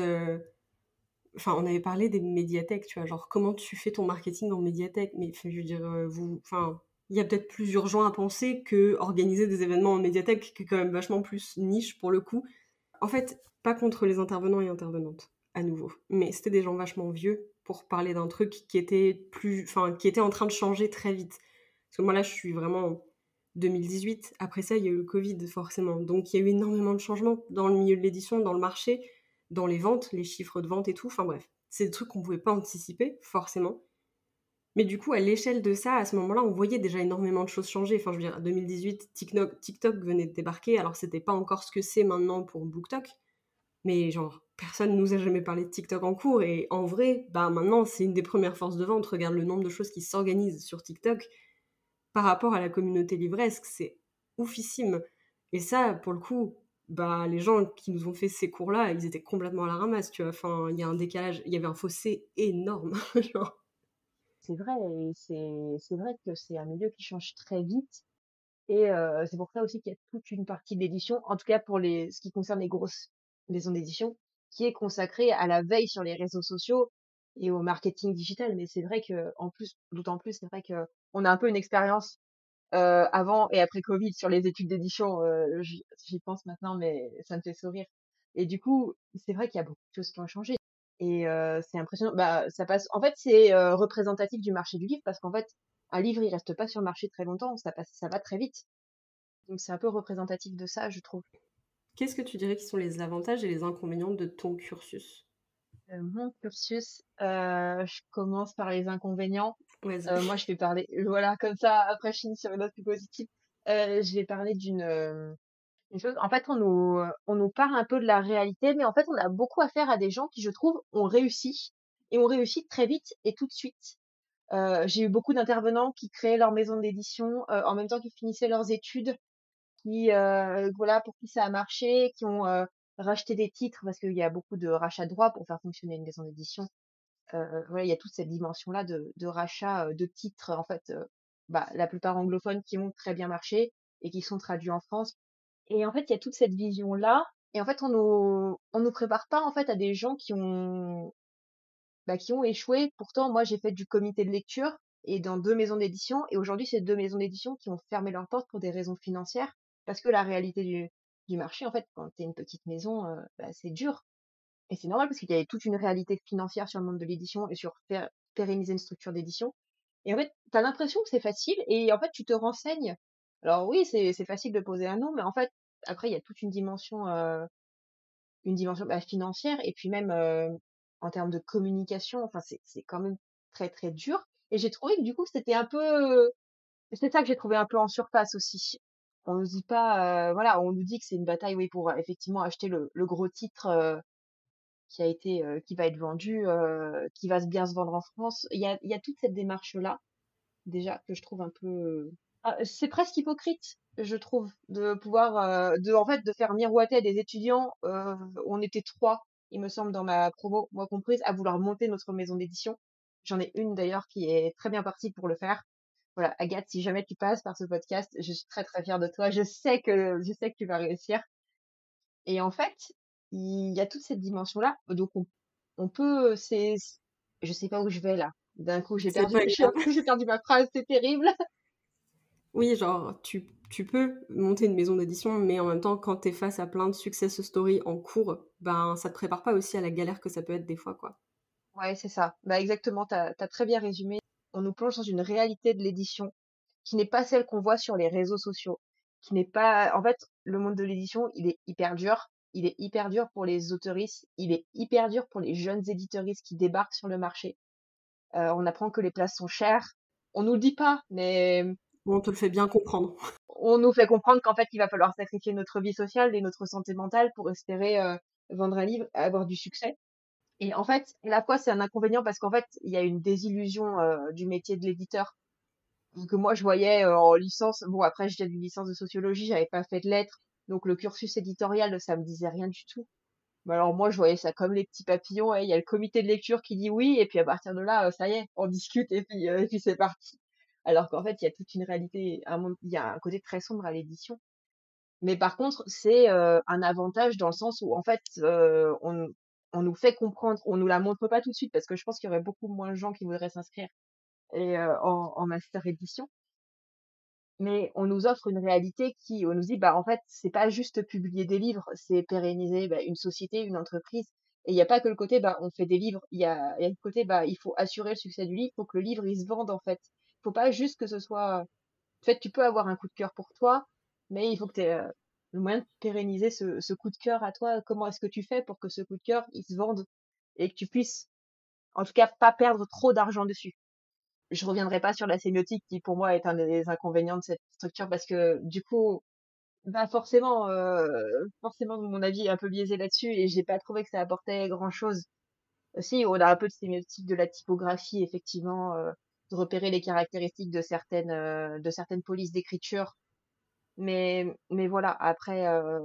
Enfin, on avait parlé des médiathèques, tu vois, genre comment tu fais ton marketing en médiathèque. Mais enfin, je veux dire, enfin, il y a peut-être plus urgent à penser que organiser des événements en médiathèque, qui est quand même vachement plus niche pour le coup. En fait, pas contre les intervenants et intervenantes, à nouveau. Mais c'était des gens vachement vieux pour parler d'un truc qui était enfin, qui était en train de changer très vite. Parce que moi là, je suis vraiment en 2018. Après ça, il y a eu le Covid, forcément. Donc il y a eu énormément de changements dans le milieu de l'édition, dans le marché, dans les ventes, les chiffres de vente et tout. Enfin bref, c'est des trucs qu'on pouvait pas anticiper, forcément. Mais du coup, à l'échelle de ça, à ce moment-là, on voyait déjà énormément de choses changer. Enfin, je veux dire, en 2018, TikTok venait de débarquer. Alors, c'était pas encore ce que c'est maintenant pour BookTok, mais genre, personne nous a jamais parlé de TikTok en cours. Et en vrai, bah maintenant, c'est une des premières forces de vente. Regarde le nombre de choses qui s'organisent sur TikTok par rapport à la communauté livresque. C'est oufissime. Et ça, pour le coup, bah les gens qui nous ont fait ces cours-là, ils étaient complètement à la ramasse, tu vois. Enfin, il y a un décalage, il y avait un fossé énorme. Genre. C'est vrai, et c'est vrai que c'est un milieu qui change très vite. Et c'est pour ça aussi qu'il y a toute une partie de l'édition, en tout cas pour ce qui concerne les grosses maisons d'édition, qui est consacrée à la veille sur les réseaux sociaux et au marketing digital. Mais c'est vrai que, en plus, d'autant plus, c'est vrai que on a un peu une expérience avant et après Covid sur les études d'édition. J'y pense maintenant, mais ça me fait sourire. Et du coup, c'est vrai qu'il y a beaucoup de choses qui ont changé. Et c'est impressionnant. Bah, ça passe. En fait, c'est représentatif du marché du livre parce qu'en fait, un livre, il reste pas sur le marché très longtemps. Ça va très vite. Donc c'est un peu représentatif de ça, je trouve. Qu'est-ce que tu dirais qui sont les avantages et les inconvénients de ton cursus? Mon cursus, je commence par les inconvénients. Vas-y. Moi, je vais parler, voilà, comme ça, après, je finis sur une note plus positive. Je vais parler une chose. En fait, on nous parle un peu de la réalité, mais en fait, on a beaucoup affaire à des gens qui, je trouve, ont réussi et ont réussi très vite et tout de suite. J'ai eu beaucoup d'intervenants qui créaient leur maison d'édition en même temps qu'ils finissaient leurs études, qui voilà, pour qui ça a marché, qui ont racheté des titres parce qu'il y a beaucoup de rachats de droits pour faire fonctionner une maison d'édition. Voilà, il y a toute cette dimension-là de rachat de titres, en fait, bah, la plupart anglophones qui ont très bien marché et qui sont traduits en France. Et en fait, il y a toute cette vision-là. Et en fait, on nous prépare pas en fait à des gens qui ont échoué. Pourtant, moi, j'ai fait du comité de lecture et dans deux maisons d'édition. Et aujourd'hui, c'est deux maisons d'édition qui ont fermé leurs portes pour des raisons financières. Parce que la réalité du marché, en fait, quand tu es une petite maison, bah, c'est dur. Et c'est normal parce qu'il y avait toute une réalité financière sur le monde de l'édition et sur pérenniser une structure d'édition. Et en fait, tu as l'impression que c'est facile et en fait, tu te renseignes. Alors oui, c'est facile de poser un nom, mais en fait, après, il y a toute une dimension une dimension financière et puis même en termes de communication. Enfin, c'est quand même très très dur. Et j'ai trouvé que du coup, c'était un peu, c'est ça que j'ai trouvé un peu en surface aussi. On nous dit pas, voilà, on nous dit que c'est une bataille, oui, pour effectivement acheter le gros titre qui va être vendu, qui va bien se vendre en France. Il y a toute cette démarche-là, déjà, que je trouve un peu, c'est presque hypocrite, je trouve, de pouvoir, en fait, de faire miroiter des étudiants. On était trois, il me semble, dans ma promo, moi comprise, à vouloir monter notre maison d'édition. J'en ai une d'ailleurs qui est très bien partie pour le faire. Voilà, Agathe, si jamais tu passes par ce podcast, je suis très très fière de toi. Je sais que tu vas réussir. Et en fait, il y a toute cette dimension-là. Donc on peut, je sais pas où je vais là. D'un coup, j'ai C'est perdu, pas grave. j'ai perdu ma phrase, c'est terrible. Oui, genre, tu peux monter une maison d'édition, mais en même temps, quand t'es face à plein de success stories en cours, ben, ça te prépare pas aussi à la galère que ça peut être des fois, quoi. Ouais, c'est ça. Bah exactement, t'as très bien résumé. On nous plonge dans une réalité de l'édition qui n'est pas celle qu'on voit sur les réseaux sociaux, qui n'est pas, en fait, le monde de l'édition, il est hyper dur. Il est hyper dur pour les autoristes, il est hyper dur pour les jeunes éditeuristes qui débarquent sur le marché. On apprend que les places sont chères. On nous le dit pas, mais Bon, on te le fait bien comprendre. on nous fait comprendre qu'en fait, il va falloir sacrifier notre vie sociale et notre santé mentale pour espérer vendre un livre, avoir du succès. Et en fait, à la fois, c'est un inconvénient parce qu'en fait, il y a une désillusion du métier de l'éditeur que moi, je voyais en licence. Bon, après, j'ai une licence de sociologie, j'avais pas fait de lettres, donc le cursus éditorial, ça me disait rien du tout. Mais alors moi, je voyais ça comme les petits papillons. Il y a le comité de lecture qui dit oui, et puis à partir de là, ça y est, on discute et puis c'est parti. Alors qu'en fait, il y a toute une réalité, il y a un côté très sombre à l'édition. Mais par contre, c'est un avantage dans le sens où en fait, on nous fait comprendre, on nous la montre pas tout de suite parce que je pense qu'il y aurait beaucoup moins de gens qui voudraient s'inscrire en master édition. Mais on nous offre une réalité on nous dit, bah, en fait, c'est pas juste publier des livres, c'est pérenniser, bah, une société, une entreprise. Et il n'y a pas que le côté, bah, on fait des livres. Il y a le côté, bah, il faut assurer le succès du livre, il faut que le livre, il se vende, en fait. Il faut pas juste que ce soit, en fait, tu peux avoir un coup de cœur pour toi, mais il faut que tu aies le moyen de pérenniser ce coup de cœur à toi. Comment est-ce que tu fais pour que ce coup de cœur, il se vende et que tu puisses, en tout cas, pas perdre trop d'argent dessus. Je reviendrai pas sur la sémiotique qui, pour moi, est un des inconvénients de cette structure parce que, du coup, bah forcément, mon avis est un peu biaisé là-dessus et j'ai pas trouvé que ça apportait grand-chose. Si, on a un peu de sémiotique de la typographie, effectivement, de repérer les caractéristiques de certaines polices d'écriture. Mais voilà, après,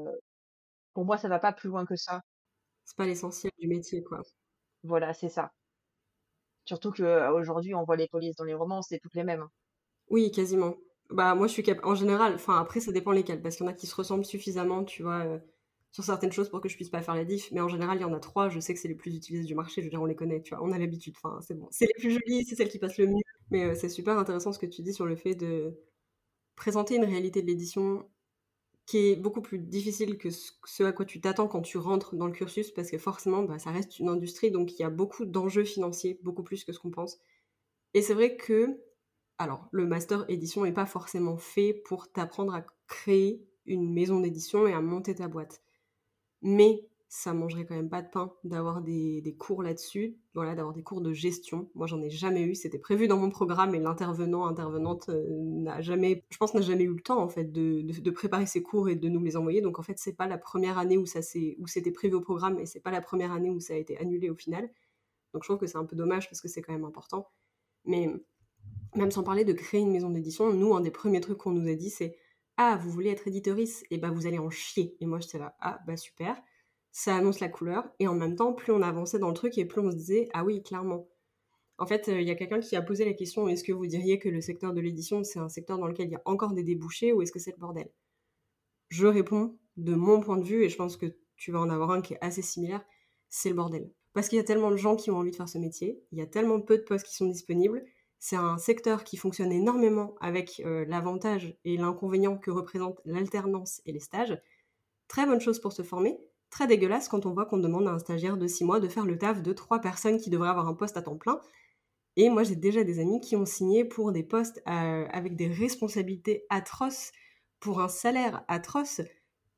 pour moi, ça va pas plus loin que ça. C'est pas l'essentiel du métier, quoi. Voilà, c'est ça. Surtout que aujourd'hui, on voit les polices dans les romans, c'est toutes les mêmes, hein. Oui, quasiment. Bah, moi, je suis en général, enfin, après, ça dépend lesquels, parce qu'il y en a qui se ressemblent suffisamment, tu vois, sur certaines choses pour que je puisse pas faire la diff, mais en général, il y en a trois, je sais que c'est les plus utilisés du marché, je veux dire, on les connaît, tu vois, on a l'habitude, enfin, c'est bon. C'est les plus jolies, c'est celles qui passent le mieux. Mais c'est super intéressant ce que tu dis sur le fait de présenter une réalité de l'édition qui est beaucoup plus difficile que ce à quoi tu t'attends quand tu rentres dans le cursus, parce que forcément, bah, ça reste une industrie, donc il y a beaucoup d'enjeux financiers, beaucoup plus que ce qu'on pense. Et c'est vrai que, alors, le master édition n'est pas forcément fait pour t'apprendre à créer une maison d'édition et à monter ta boîte. Mais ça mangerait quand même pas de pain d'avoir des cours là-dessus, voilà, d'avoir des cours de gestion. Moi, j'en ai jamais eu, c'était prévu dans mon programme et intervenante n'a jamais, je pense, n'a jamais eu le temps en fait de préparer ces cours et de nous les envoyer. Donc en fait, c'est pas la première année où c'était prévu au programme et c'est pas la première année où ça a été annulé au final. Donc je trouve que c'est un peu dommage parce que c'est quand même important. Mais même sans parler de créer une maison d'édition, nous, un des premiers trucs qu'on nous a dit, c'est ah, vous voulez être éditorice? Et bah, vous allez en chier. Et moi, j'étais là, ah, bah, super. Ça annonce la couleur. Et en même temps, plus on avançait dans le truc et plus on se disait, ah oui, clairement. En fait, il y a quelqu'un qui a posé la question, est-ce que vous diriez que le secteur de l'édition, c'est un secteur dans lequel il y a encore des débouchés ou est-ce que c'est le bordel? Je réponds de mon point de vue, et je pense que tu vas en avoir un qui est assez similaire, c'est le bordel. Parce qu'il y a tellement de gens qui ont envie de faire ce métier, il y a tellement peu de postes qui sont disponibles, c'est un secteur qui fonctionne énormément avec l'avantage et l'inconvénient que représentent l'alternance et les stages. Très bonne chose pour se former, très dégueulasse quand on voit qu'on demande à un stagiaire de 6 mois de faire le taf de 3 personnes qui devraient avoir un poste à temps plein. Et moi, j'ai déjà des amis qui ont signé pour des postes avec des responsabilités atroces, pour un salaire atroce,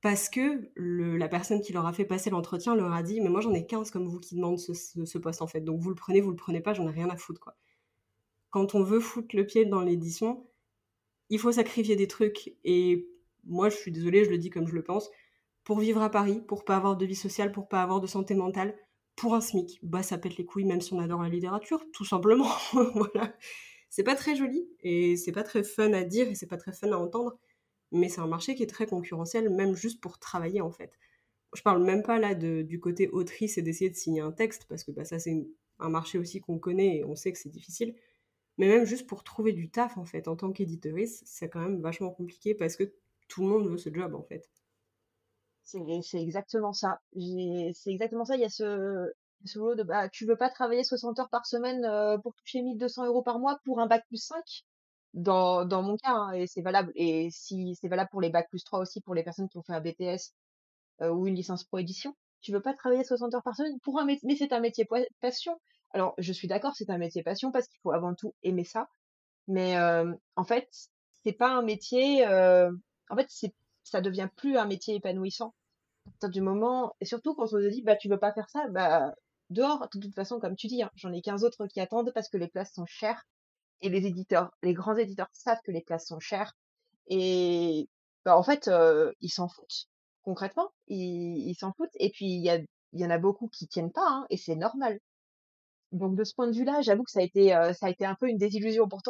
parce que la personne qui leur a fait passer l'entretien leur a dit mais moi j'en ai 15 comme vous qui demandent ce poste en fait, donc vous le prenez pas, j'en ai rien à foutre quoi. Quand on veut foutre le pied dans l'édition, il faut sacrifier des trucs et moi je suis désolée, je le dis comme je le pense, pour vivre à Paris, pour pas avoir de vie sociale, pour pas avoir de santé mentale, pour un SMIC, bah ça pète les couilles même si on adore la littérature, tout simplement. Voilà. C'est pas très joli et c'est pas très fun à dire et c'est pas très fun à entendre, mais c'est un marché qui est très concurrentiel, même juste pour travailler en fait. Je parle même pas là du côté autrice et d'essayer de signer un texte, parce que bah, ça c'est un marché aussi qu'on connaît et on sait que c'est difficile, mais même juste pour trouver du taf en fait en tant qu'éditorice, c'est quand même vachement compliqué parce que tout le monde veut ce job en fait. C'est exactement ça. C'est exactement ça. Il y a ce boulot de bah, tu veux pas travailler 60 heures par semaine pour toucher 1 200 € par mois pour un bac plus 5 dans mon cas, hein, et c'est valable. Et si c'est valable pour les bac plus 3 aussi, pour les personnes qui ont fait un BTS ou une licence pro édition, tu veux pas travailler 60 heures par semaine pour un métier, mais c'est un métier passion. Alors, je suis d'accord, c'est un métier passion parce qu'il faut avant tout aimer ça. Mais en fait, c'est pas un métier. En fait, ça devient plus un métier épanouissant à partir du moment, et surtout quand on te dit, bah, tu veux pas faire ça, bah, dehors, de toute façon, comme tu dis, hein, j'en ai 15 autres qui attendent parce que les places sont chères et les éditeurs, les grands éditeurs savent que les places sont chères et, bah, en fait, ils s'en foutent. Concrètement, ils s'en foutent. Et puis, il y en a beaucoup qui tiennent pas, hein, et c'est normal. Donc, de ce point de vue-là, j'avoue que ça a été un peu une désillusion. Pourtant,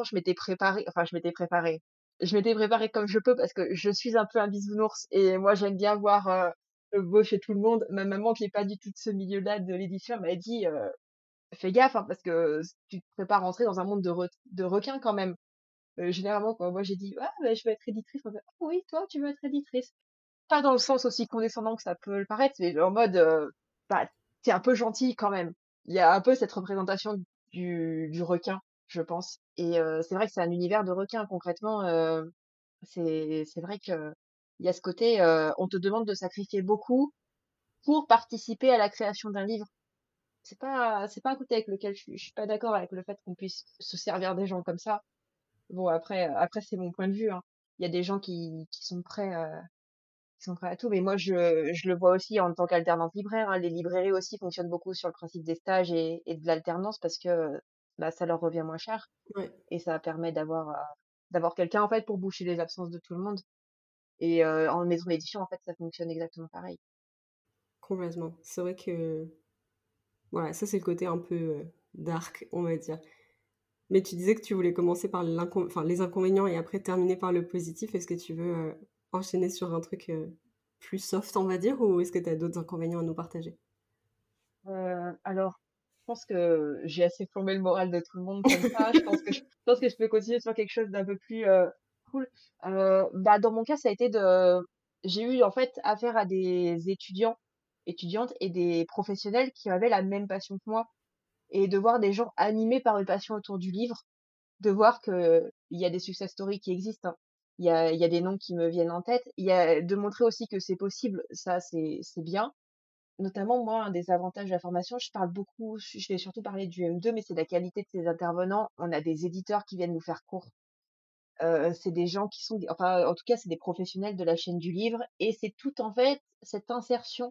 je m'étais préparée comme je peux parce que je suis un peu un bisounours et moi, j'aime bien voir le beau chez tout le monde. Ma maman, qui est pas du tout de ce milieu-là de l'édition, m'a dit fais gaffe, hein, parce que tu te prépares à rentrer dans un monde de requins quand même. Généralement, quand moi j'ai dit ah, bah, je veux être éditrice, on fait ah oui, toi, tu veux être éditrice. Pas dans le sens aussi condescendant que ça peut le paraître, mais en mode, bah, t'es un peu gentil quand même. Il y a un peu cette représentation du requin, je pense. Et c'est vrai que c'est un univers de requins, concrètement. C'est vrai que il y a ce côté, on te demande de sacrifier beaucoup pour participer à la création d'un livre. C'est pas un côté avec lequel je suis pas d'accord avec le fait qu'on puisse se servir des gens comme ça. Bon, après c'est mon point de vue, hein. Il y a des gens qui sont prêts. Ils sont prêts à tout, mais moi je le vois aussi en tant qu'alternante libraire, hein. Les librairies aussi fonctionnent beaucoup sur le principe des stages et de l'alternance parce que bah, ça leur revient moins cher Ouais, et ça permet d'avoir quelqu'un en fait pour boucher les absences de tout le monde. Et en maison d'édition, en fait, ça fonctionne exactement pareil. complètement. C'est vrai que voilà, ça c'est le côté un peu dark, on va dire. Mais tu disais que tu voulais commencer par enfin, les inconvénients et après terminer par le positif. Est-ce que tu veux enchaîner sur un truc plus soft, on va dire, ou est-ce que tu as d'autres inconvénients à nous partager? Alors, je pense que j'ai assez plombé le moral de tout le monde comme ça. Je pense que je peux continuer sur quelque chose d'un peu plus cool. Bah, dans mon cas, ça a été j'ai eu en fait affaire à des étudiantes et des professionnels qui avaient la même passion que moi. Et de voir des gens animés par une passion autour du livre, de voir que il y a des success stories qui existent, hein. Il y a des noms qui me viennent en tête. De montrer aussi que c'est possible, ça c'est bien. Notamment, moi, un des avantages de la formation, je parle beaucoup, je vais surtout parler du M2, mais c'est la qualité de ces intervenants. On a des éditeurs qui viennent nous faire cours. C'est des gens qui sont, enfin, en tout cas, c'est des professionnels de la chaîne du livre, et c'est tout en fait cette insertion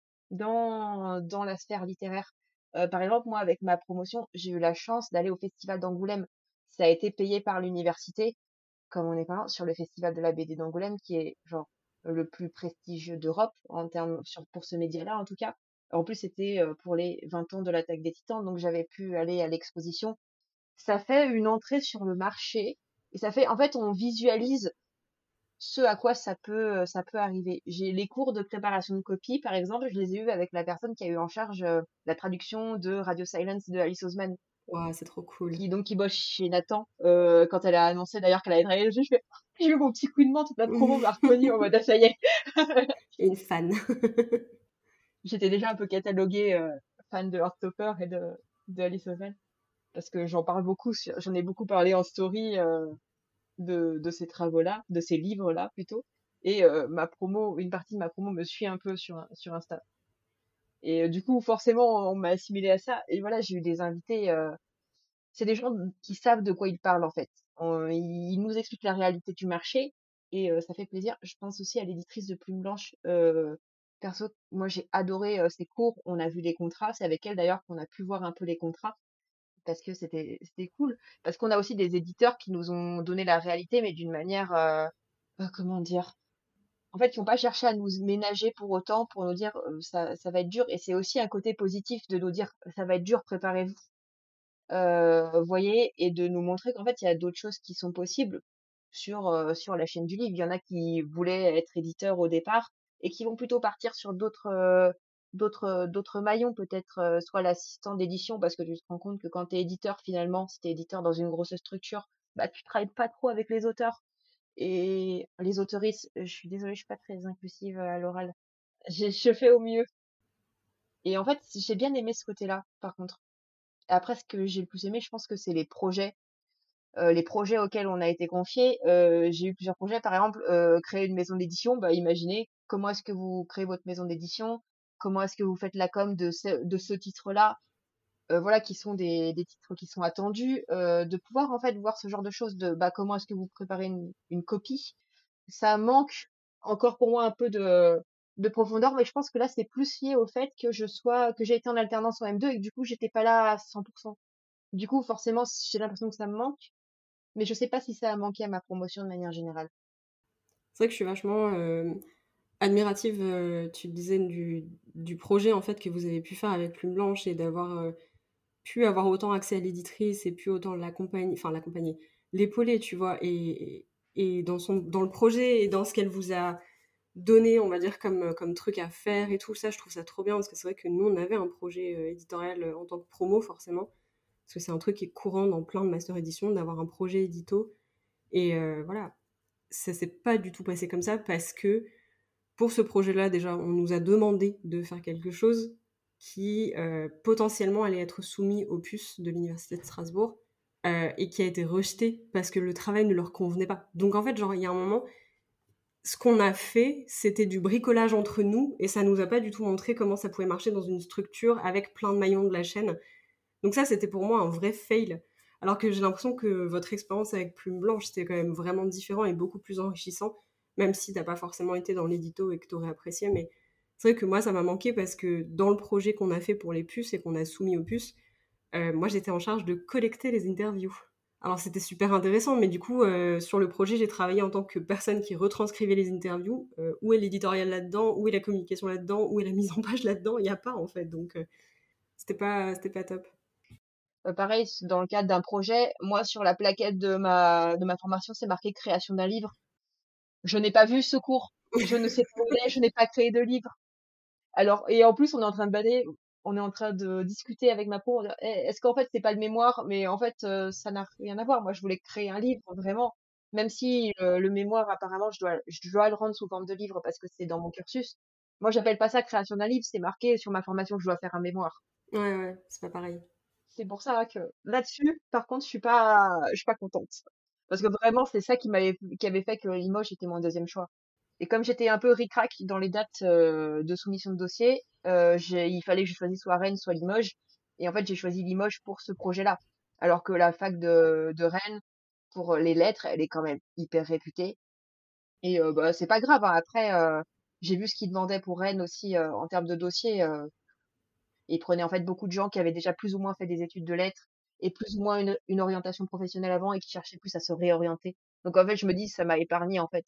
dans la sphère littéraire. Par exemple, moi, avec ma promotion, j'ai eu la chance d'aller au festival d'Angoulême. Ça a été payé par l'université, comme on est parlant, sur le festival de la BD d'Angoulême, qui est genre le plus prestigieux d'Europe en termes pour ce média-là en tout cas. En plus, c'était pour les 20 ans de l'attaque des Titans, donc j'avais pu aller à l'exposition. Ça fait une entrée sur le marché et ça fait, en fait, on visualise ce à quoi ça peut arriver. J'ai les cours de préparation de copie, par exemple, je les ai eus avec la personne qui a eu en charge la traduction de Radio Silence de Alice Oseman, Ouah, c'est trop cool. qui bosse chez Nathan. Quand elle a annoncé d'ailleurs qu'elle allait travailler dessus, j'ai eu mon petit coup de main, toute la promo m'a reconnu en mode ah, ça y est. Une fan. J'étais déjà un peu cataloguée fan de Heartstopper et de Alice Oseman parce que j'en parle beaucoup, j'en ai beaucoup parlé en story de ces travaux-là, de ces livres-là plutôt. Et une partie de ma promo me suit un peu sur Insta. Et du coup, forcément, on m'a assimilé à ça. Et voilà, j'ai eu des invités. C'est des gens qui savent de quoi ils parlent en fait. Ils nous expliquent la réalité du marché, et ça fait plaisir. Je pense aussi à l'éditrice de Plume Blanche. Perso, moi j'ai adoré ses cours. On a vu les contrats. C'est avec elle d'ailleurs qu'on a pu voir un peu les contrats parce que c'était cool. Parce qu'on a aussi des éditeurs qui nous ont donné la réalité, mais d'une manière, comment dire? En fait, ils n'ont pas cherché à nous ménager pour autant, pour nous dire ça va être dur. Et c'est aussi un côté positif de nous dire ça va être dur, préparez-vous. Voyez, et de nous montrer qu'en fait, il y a d'autres choses qui sont possibles sur la chaîne du livre. Il y en a qui voulaient être éditeurs au départ et qui vont plutôt partir sur d'autres maillons, peut-être soit l'assistant d'édition, parce que tu te rends compte que quand tu es éditeur, finalement, si tu es éditeur dans une grosse structure, bah, tu travailles pas trop avec les auteurs. Et les autoristes, je suis désolée, je suis pas très inclusive à l'oral. Je fais au mieux. Et en fait, j'ai bien aimé ce côté-là, par contre. Après, ce que j'ai le plus aimé, je pense que c'est les projets auxquels on a été confié. J'ai eu plusieurs projets, par exemple, créer une maison d'édition. Bah, imaginez comment est-ce que vous créez votre maison d'édition, comment est-ce que vous faites la com de ce titre-là, voilà, qui sont des titres qui sont attendus, de pouvoir en fait voir ce genre de choses, de bah, comment est-ce que vous préparez une copie. Ça manque encore pour moi un peu de profondeur, mais je pense que là c'est plus lié au fait que j'ai été en alternance en M2 et que du coup j'étais pas là à 100%. Du coup, forcément, j'ai l'impression que ça me manque, mais je sais pas si ça a manqué à ma promotion de manière générale. C'est vrai que je suis vachement admirative, tu disais, du projet en fait que vous avez pu faire avec Plume Blanche et d'avoir pu avoir autant accès à l'éditrice et pu autant l'accompagner, l'épauler, tu vois, et dans le projet et dans ce qu'elle vous a donné, on va dire, comme truc à faire et tout ça, je trouve ça trop bien parce que c'est vrai que nous, on avait un projet éditorial en tant que promo, forcément, parce que c'est un truc qui est courant dans plein de master éditions d'avoir un projet édito. Et voilà, ça s'est pas du tout passé comme ça parce que pour ce projet-là, déjà, on nous a demandé de faire quelque chose qui potentiellement allait être soumis au puces de l'université de Strasbourg et qui a été rejeté parce que le travail ne leur convenait pas. Donc en fait, genre, il y a un moment, ce qu'on a fait, c'était du bricolage entre nous et ça nous a pas du tout montré comment ça pouvait marcher dans une structure avec plein de maillons de la chaîne. Donc ça, c'était pour moi un vrai fail. Alors que j'ai l'impression que votre expérience avec Plume Blanche, c'était quand même vraiment différent et beaucoup plus enrichissant, même si t'as pas forcément été dans l'édito et que t'aurais apprécié. Mais c'est vrai que moi, ça m'a manqué parce que dans le projet qu'on a fait pour les puces et qu'on a soumis aux puces, moi, j'étais en charge de collecter les interviews. Alors c'était super intéressant, mais du coup, sur le projet, j'ai travaillé en tant que personne qui retranscrivait les interviews. Où est l'éditorial là-dedans? Où est la communication là-dedans? Où est la mise en page là-dedans? Il n'y a pas, en fait. Donc, c'était pas top. Pareil, dans le cadre d'un projet, moi sur la plaquette de ma formation, c'est marqué création d'un livre. Je n'ai pas vu ce cours. Je ne sais pas où il est, je n'ai pas créé de livre. Alors, et en plus, on est en train de discuter avec ma pro. Est-ce qu'en fait, c'est pas le mémoire, mais en fait, ça n'a rien à voir. Moi, je voulais créer un livre, vraiment. Même si le mémoire, apparemment, je dois le rendre sous forme de livre parce que c'est dans mon cursus. Moi, j'appelle pas ça création d'un livre. C'est marqué sur ma formation que je dois faire un mémoire. Ouais, ouais, c'est pas pareil. C'est pour ça que là-dessus, par contre, je suis pas contente. Parce que vraiment, c'est ça qui avait fait que Limoges était mon deuxième choix. Et comme j'étais un peu ric-rac dans les dates de soumission de dossier, il fallait que je choisisse soit Rennes, soit Limoges. Et en fait, j'ai choisi Limoges pour ce projet-là. Alors que la fac de Rennes, pour les lettres, elle est quand même hyper réputée. Et bah, c'est pas grave, hein. Après, j'ai vu ce qu'ils demandaient pour Rennes aussi en termes de dossier. Ils prenaient en fait beaucoup de gens qui avaient déjà plus ou moins fait des études de lettres et plus ou moins une orientation professionnelle avant et qui cherchaient plus à se réorienter. Donc en fait, je me dis, ça m'a épargné en fait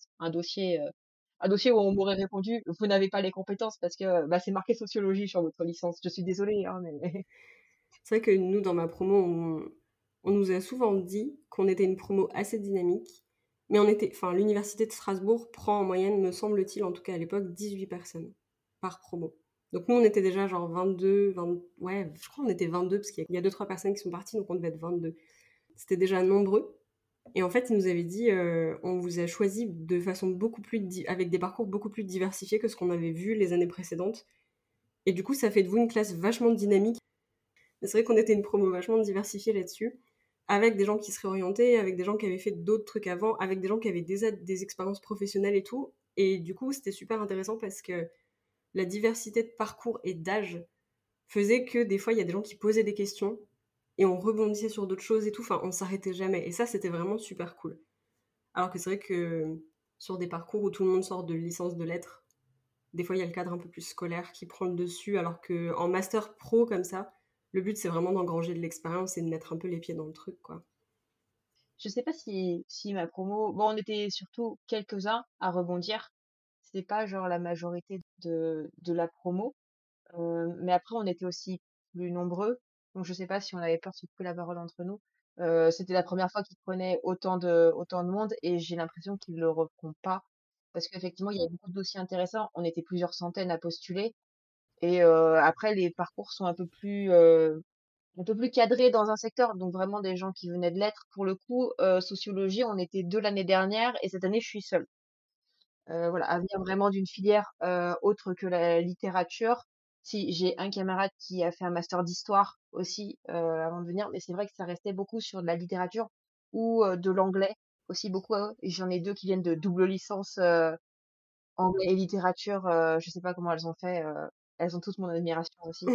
un dossier où on m'aurait répondu, vous n'avez pas les compétences parce que bah, c'est marqué sociologie sur votre licence. Je suis désolée, hein, mais C'est vrai que nous, dans ma promo, on nous a souvent dit qu'on était une promo assez dynamique, mais enfin, l'université de Strasbourg prend en moyenne, me semble-t-il, en tout cas à l'époque, 18 personnes par promo. Donc nous, on était déjà genre 22, 20, ouais, je crois qu'on était 22 parce qu'il y a deux, trois personnes qui sont parties, donc on devait être 22. C'était déjà nombreux. Et en fait, ils nous avaient dit, on vous a choisi de façon avec des parcours beaucoup plus diversifiés que ce qu'on avait vu les années précédentes. Et du coup, ça fait de vous une classe vachement dynamique. Mais c'est vrai qu'on était une promo vachement diversifiée là-dessus, avec des gens qui seraient orientés, avec des gens qui avaient fait d'autres trucs avant, avec des gens qui avaient des expériences professionnelles et tout. Et du coup, c'était super intéressant parce que la diversité de parcours et d'âge faisait que des fois, il y a des gens qui posaient des questions et on rebondissait sur d'autres choses et tout. Enfin, on s'arrêtait jamais. Et ça, c'était vraiment super cool. Alors que c'est vrai que sur des parcours où tout le monde sort de licence de lettres. Des fois, il y a le cadre un peu plus scolaire qui prend le dessus, alors qu'en master pro comme ça, le but c'est vraiment d'engranger de l'expérience et de mettre un peu les pieds dans le truc, quoi. Je sais pas si ma promo, bon, on était surtout quelques-uns à rebondir. C'était pas genre la majorité de la promo. Mais après, on était aussi plus nombreux. Donc, je sais pas si on avait peur de se couper la parole entre nous. C'était la première fois qu'ils prenaient autant de monde et j'ai l'impression qu'ils le referont pas. Parce qu'effectivement, il y avait beaucoup de dossiers intéressants. On était plusieurs centaines à postuler. Et après, les parcours sont un peu plus cadrés dans un secteur. Donc, vraiment des gens qui venaient de lettres. Pour le coup, sociologie, on était deux l'année dernière et cette année, je suis seule. Voilà, à venir vraiment d'une filière autre que la littérature. Si j'ai un camarade qui a fait un master d'histoire aussi avant de venir, mais c'est vrai que ça restait beaucoup sur de la littérature ou de l'anglais aussi beaucoup. Et j'en ai deux qui viennent de double licence anglais et littérature. Je sais pas comment elles ont fait. Elles ont toutes mon admiration aussi.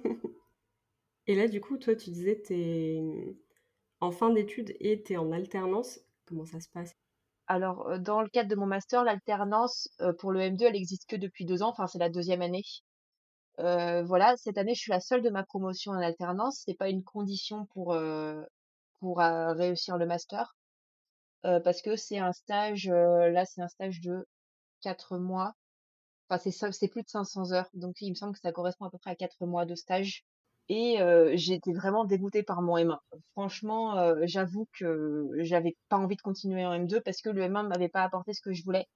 Et là, du coup, toi, tu disais t'es en fin d'études et t'es en alternance. Comment ça se passe? Alors, dans le cadre de mon master, l'alternance pour le M2, elle existe que depuis 2 ans. Enfin, c'est la deuxième année. Voilà, cette année, je suis la seule de ma promotion en alternance. C'est pas une condition pour réussir le master, parce que c'est un stage, là, c'est un stage de 4 mois. Enfin, c'est plus de 500 heures, donc il me semble que ça correspond à peu près à 4 mois de stage. Et j'ai été vraiment dégoûtée par mon M1. Franchement, j'avoue que j'avais pas envie de continuer en M2 parce que le M1 m'avait pas apporté ce que je voulais.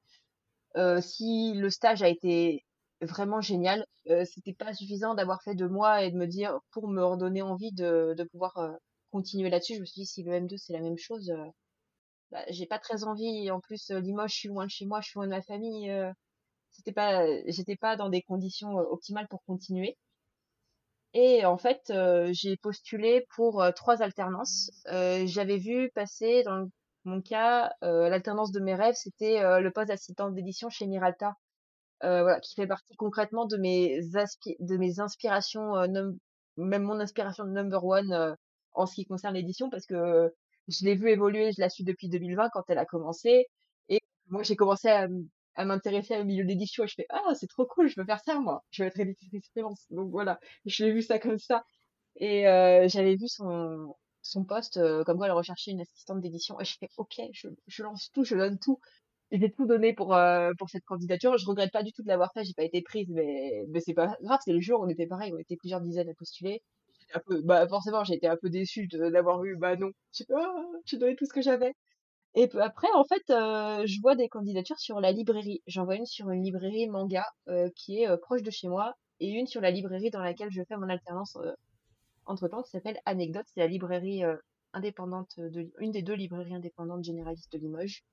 Si le stage a été vraiment génial, c'était pas suffisant d'avoir fait 2 mois et de me dire pour me redonner envie de pouvoir, continuer là-dessus. Je me suis dit: «Si le M2 c'est la même chose, bah, j'ai pas très envie» et en plus, Limoges, je suis loin de chez moi, je suis loin de ma famille, j'étais pas dans des conditions, optimales pour continuer et en fait, j'ai postulé pour, 3 alternances. J'avais vu passer mon cas, l'alternance de mes rêves, c'était, le poste d'assistante d'édition chez Miralta. Voilà, qui fait partie concrètement de mes inspirations, même mon inspiration number one, en ce qui concerne l'édition parce que je l'ai vue évoluer, je la suis depuis 2020 quand elle a commencé et moi j'ai commencé à m'intéresser au milieu de l'édition et je fais: «Ah, c'est trop cool, je veux faire ça moi, je veux être éditrice freelance». Donc voilà, je l'ai vu ça comme ça et j'avais vu son post, comme quoi elle recherchait une assistante d'édition et je fais: «OK, je lance tout, je donne tout». J'ai tout donné pour cette candidature. Je regrette pas du tout de l'avoir fait. J'ai pas été prise, mais c'est pas grave. C'est le jour, on était pareil, on était plusieurs dizaines à postuler. J'étais un peu, bah forcément, j'ai été un peu déçue d'avoir eu, bah non. J'ai donné tout ce que j'avais. Et peu après, en fait, je vois des candidatures sur la librairie. J'en vois une sur une librairie manga qui est proche de chez moi et une sur la librairie dans laquelle je fais mon alternance entre-temps qui s'appelle Anecdote. C'est la librairie indépendante une des deux librairies indépendantes généralistes de Limoges.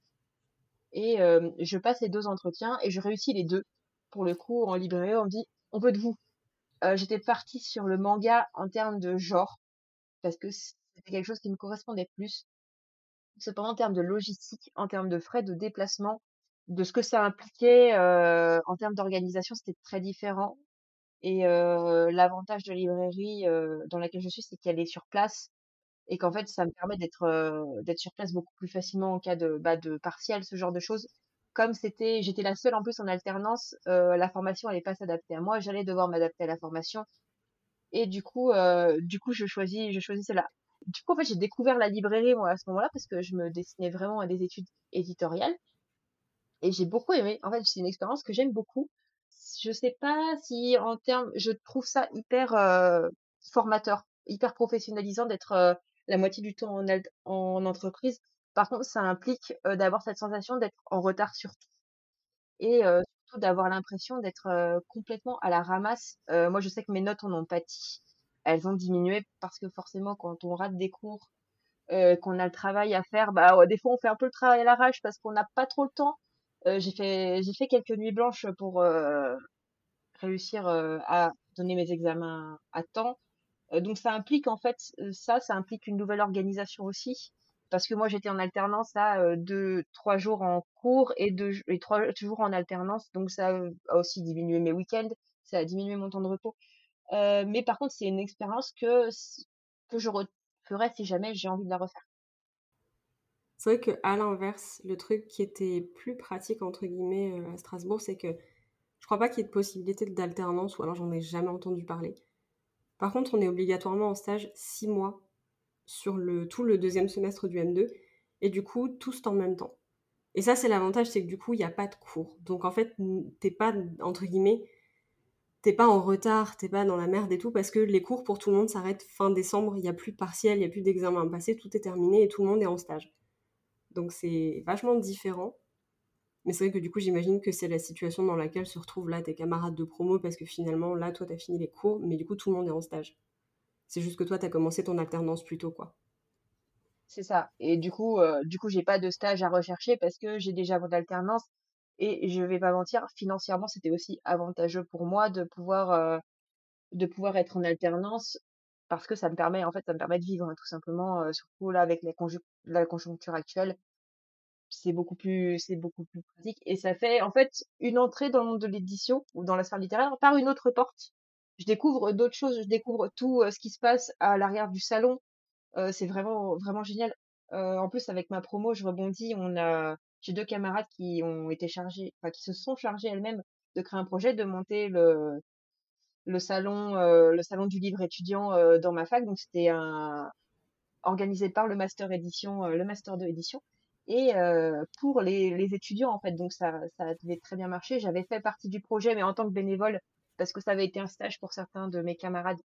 Et je passe les 2 entretiens et je réussis les 2. Pour le coup, en librairie, on me dit: «On veut de vous». J'étais partie sur le manga en termes de genre, parce que c'était quelque chose qui me correspondait plus. Cependant, en termes de logistique, en termes de frais de déplacement, de ce que ça impliquait, en termes d'organisation, c'était très différent et l'avantage de la librairie, dans laquelle je suis, c'est qu'elle est sur place et qu'en fait, ça me permet d'être sur place beaucoup plus facilement en cas de partiel, ce genre de choses. Comme j'étais la seule en plus en alternance, la formation allait pas s'adapter à moi, j'allais devoir m'adapter à la formation et du coup, je choisis celle-là. Du coup, en fait, j'ai découvert la librairie, moi, à ce moment-là, parce que je me destinais vraiment à des études éditoriales et j'ai beaucoup aimé. En fait, c'est une expérience que j'aime beaucoup. Je sais pas si en termes, je trouve ça hyper formateur, hyper professionnalisant d'être la moitié du temps en entreprise. Par contre, ça implique d'avoir cette sensation d'être en retard sur tout et surtout d'avoir l'impression d'être complètement à la ramasse. Moi, je sais que mes notes en ont pâti. Elles ont diminué parce que forcément, quand on rate des cours, qu'on a le travail à faire, bah ouais, des fois on fait un peu le travail à l'arrache parce qu'on n'a pas trop le temps. J'ai fait quelques nuits blanches pour réussir à donner mes examens à temps. Donc ça implique en fait ça implique une nouvelle organisation aussi. Parce que moi j'étais en alternance à 2, 3 jours en cours et 3 jours en alternance, donc ça a aussi diminué mes week-ends, ça a diminué mon temps de repos. Mais par contre c'est une expérience que je referais si jamais j'ai envie de la refaire. C'est vrai qu'à l'inverse, le truc qui était plus pratique, entre guillemets, à Strasbourg, c'est que je crois pas qu'il y ait de possibilité d'alternance, ou alors j'en ai jamais entendu parler. Par contre, on est obligatoirement en stage 6 mois sur tout le deuxième semestre du M2, et du coup, tous en même temps. Et ça, c'est l'avantage, c'est que du coup, il n'y a pas de cours. Donc en fait, t'es pas, entre guillemets, t'es pas en retard, t'es pas dans la merde et tout, parce que les cours pour tout le monde s'arrêtent fin décembre, il n'y a plus de partiel, il n'y a plus d'examen à passer, tout est terminé et tout le monde est en stage. Donc c'est vachement différent. Mais c'est vrai que du coup, j'imagine que c'est la situation dans laquelle se retrouvent là tes camarades de promo, parce que finalement, là, toi, t'as fini les cours, mais du coup, tout le monde est en stage. C'est juste que toi, t'as commencé ton alternance plus tôt, quoi. C'est ça. Et du coup, j'ai pas de stage à rechercher parce que j'ai déjà mon alternance. Et je vais pas mentir, financièrement, c'était aussi avantageux pour moi de pouvoir être en alternance parce que ça me permet de vivre, hein, tout simplement. Surtout là, avec la conjoncture actuelle, c'est beaucoup plus pratique. Et ça fait, en fait, une entrée dans le monde de l'édition ou dans la sphère littéraire par une autre porte. Je découvre d'autres choses, je découvre tout ce qui se passe à l'arrière du salon. C'est vraiment vraiment génial. En plus avec ma promo, je rebondis, j'ai 2 camarades qui ont été chargés, enfin qui se sont chargées elles-mêmes de créer un projet, de monter le salon du livre étudiant, dans ma fac. Donc c'était organisé par le master de édition et pour les étudiants en fait. Donc ça devait très bien marcher. J'avais fait partie du projet, mais en tant que bénévole, parce que ça avait été un stage pour certains de mes camarades.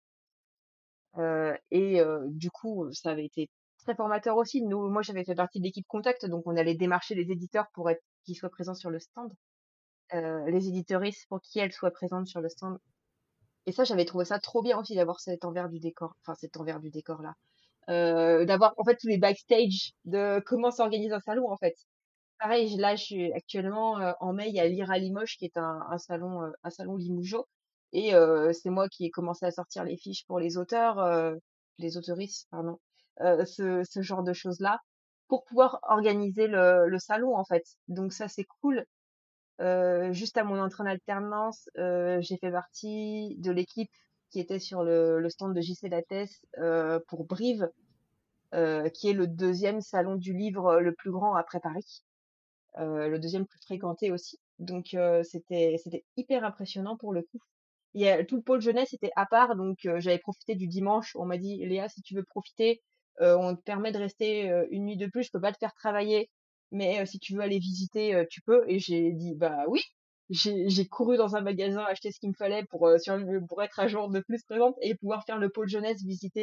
Et du coup, ça avait été très formateur aussi. Moi, j'avais fait partie de l'équipe contact, donc on allait démarcher les éditeurs pour être qu'ils soient présents sur le stand, les éditeuristes pour qu'elles soient présentes sur le stand. Et ça, j'avais trouvé ça trop bien aussi d'avoir cet envers du décor, enfin cet envers du décor là, d'avoir en fait tous les backstage de comment s'organise un salon en fait. Pareil, là, je suis actuellement en mai, il y a Lire à Limoges qui est un salon Limougeot. Et c'est moi qui ai commencé à sortir les fiches pour les auteurs, les auteuristes, pardon, ce genre de choses-là, pour pouvoir organiser le salon en fait. Donc ça, c'est cool. Juste à mon entrée en alternance, j'ai fait partie de l'équipe qui était sur le stand de JC Lattès pour Brive, qui est le deuxième salon du livre le plus grand après Paris, le deuxième plus fréquenté aussi. Donc c'était hyper impressionnant pour le coup. Tout le pôle jeunesse était à part, donc j'avais profité du dimanche. On m'a dit, Léa, si tu veux profiter, on te permet de rester une nuit de plus. Je peux pas te faire travailler, mais si tu veux aller visiter, tu peux. Et j'ai dit, bah oui. J'ai couru dans un magasin acheter ce qu'il me fallait pour être à jour de plus présente et pouvoir faire le pôle jeunesse,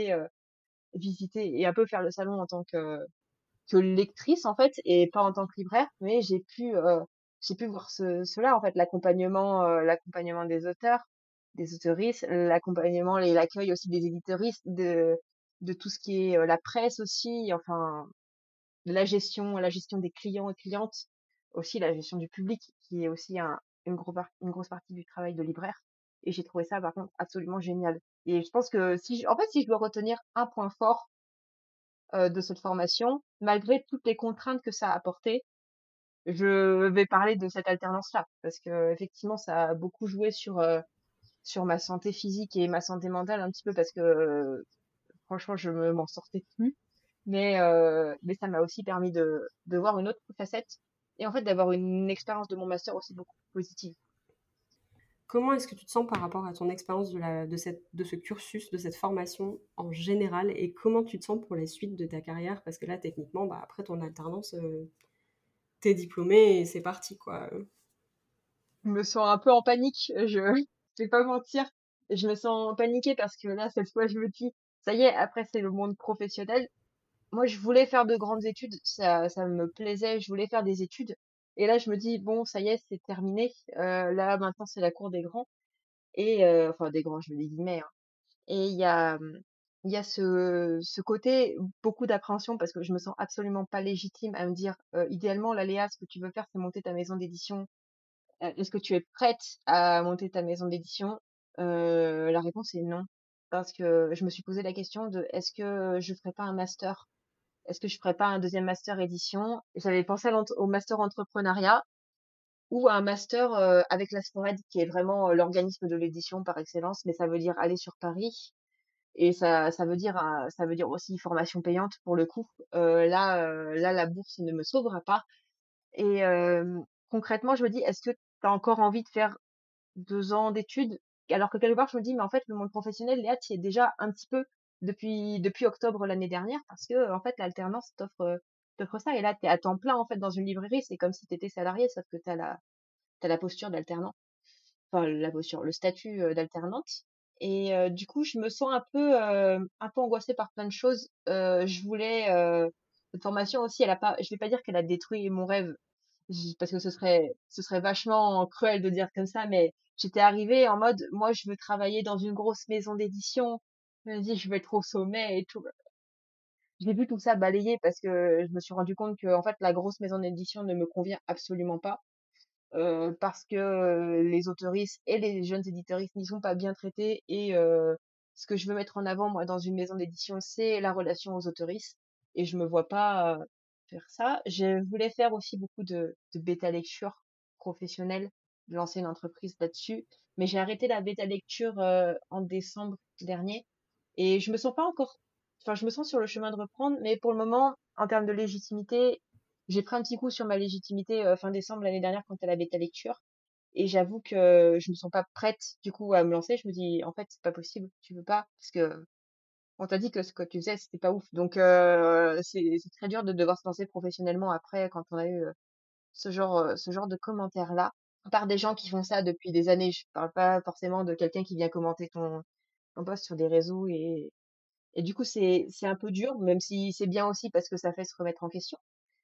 visiter et un peu faire le salon en tant que lectrice en fait et pas en tant que libraire, mais j'ai pu voir cela en fait, l'accompagnement des auteurs, des auteuristes, l'accompagnement et l'accueil aussi des éditeuristes, de tout ce qui est la presse aussi, enfin la gestion des clients et clientes, aussi la gestion du public qui est aussi une grosse partie du travail de libraire. Et j'ai trouvé ça par contre absolument génial. Et je pense que si je dois retenir un point fort de cette formation, malgré toutes les contraintes que ça a apportées. Je vais parler de cette alternance-là, parce que effectivement, ça a beaucoup joué sur ma santé physique et ma santé mentale un petit peu, parce que franchement, je m'en sortais plus. Mais ça m'a aussi permis de voir une autre facette et en fait d'avoir une expérience de mon master aussi beaucoup plus positive. Comment est-ce que tu te sens par rapport à ton expérience de ce cursus, de cette formation en général, et comment tu te sens pour la suite de ta carrière? Parce que là, techniquement, bah, après ton alternance, t'es diplômé et c'est parti, quoi. Je me sens un peu en panique, je vais pas mentir. Je me sens paniquée parce que là, cette fois, je me dis, ça y est, après, c'est le monde professionnel. Moi, je voulais faire de grandes études, ça me plaisait, je voulais faire des études. Et là, je me dis, bon, ça y est, c'est terminé. Là, maintenant, c'est la cour des grands. Et, enfin, des grands, je mets des guillemets, hein. Et il y a ce côté, beaucoup d'appréhension parce que je me sens absolument pas légitime à me dire, idéalement, là, Léa, ce que tu veux faire, c'est monter ta maison d'édition. Est-ce que tu es prête à monter ta maison d'édition? La réponse est non. Parce que je me suis posé la question de est-ce que je ferais pas un master? Est-ce que je ferais pas un deuxième master édition? J'avais pensé au master entrepreneuriat ou à un master avec la SFORED, qui est vraiment l'organisme de l'édition par excellence, mais ça veut dire aller sur Paris. Et ça veut dire aussi formation payante pour le coup. Là, la bourse ne me sauvera pas. Et concrètement, je me dis, est-ce que tu as encore envie de faire 2 ans d'études? Alors que quelque part, je me dis, mais en fait, le monde professionnel, Léa, tu y es déjà un petit peu depuis octobre l'année dernière, parce que en fait, l'alternance t'offre ça. Et là, tu es à temps plein en fait dans une librairie. C'est comme si tu étais salarié, sauf que t'as la posture d'alternant, enfin la posture, le statut d'alternante. Et du coup, je me sens un peu angoissée par plein de choses. Je voulais cette formation aussi, elle a pas, je vais pas dire qu'elle a détruit mon rêve, parce que ce serait vachement cruel de dire comme ça, mais j'étais arrivée en mode, moi, je veux travailler dans une grosse maison d'édition. Je me dis, je vais être au sommet et tout. J'ai vu tout ça balayer parce que je me suis rendu compte que, en fait, la grosse maison d'édition ne me convient absolument pas. Parce que les autoristes et les jeunes éditeuristes n'y sont pas bien traités. Et ce que je veux mettre en avant, moi, dans une maison d'édition, c'est la relation aux autoristes. Et je me vois pas faire ça. Je voulais faire aussi beaucoup de bêta lecture professionnelle, de lancer une entreprise là-dessus. Mais j'ai arrêté la bêta lecture en décembre dernier. Et je me sens pas encore, enfin, je me sens sur le chemin de reprendre, mais pour le moment, en termes de légitimité, j'ai pris un petit coup sur ma légitimité fin décembre l'année dernière quand elle avait ta lecture. Et j'avoue que je me sens pas prête du coup à me lancer. Je me dis en fait c'est pas possible, tu veux pas parce que on t'a dit que ce que tu faisais c'était pas ouf. Donc c'est très dur de devoir se lancer professionnellement après quand on a eu ce genre de commentaires là par des gens qui font ça depuis des années. Je parle pas forcément de quelqu'un qui vient commenter ton post sur des réseaux et du coup c'est un peu dur même si c'est bien aussi parce que ça fait se remettre en question.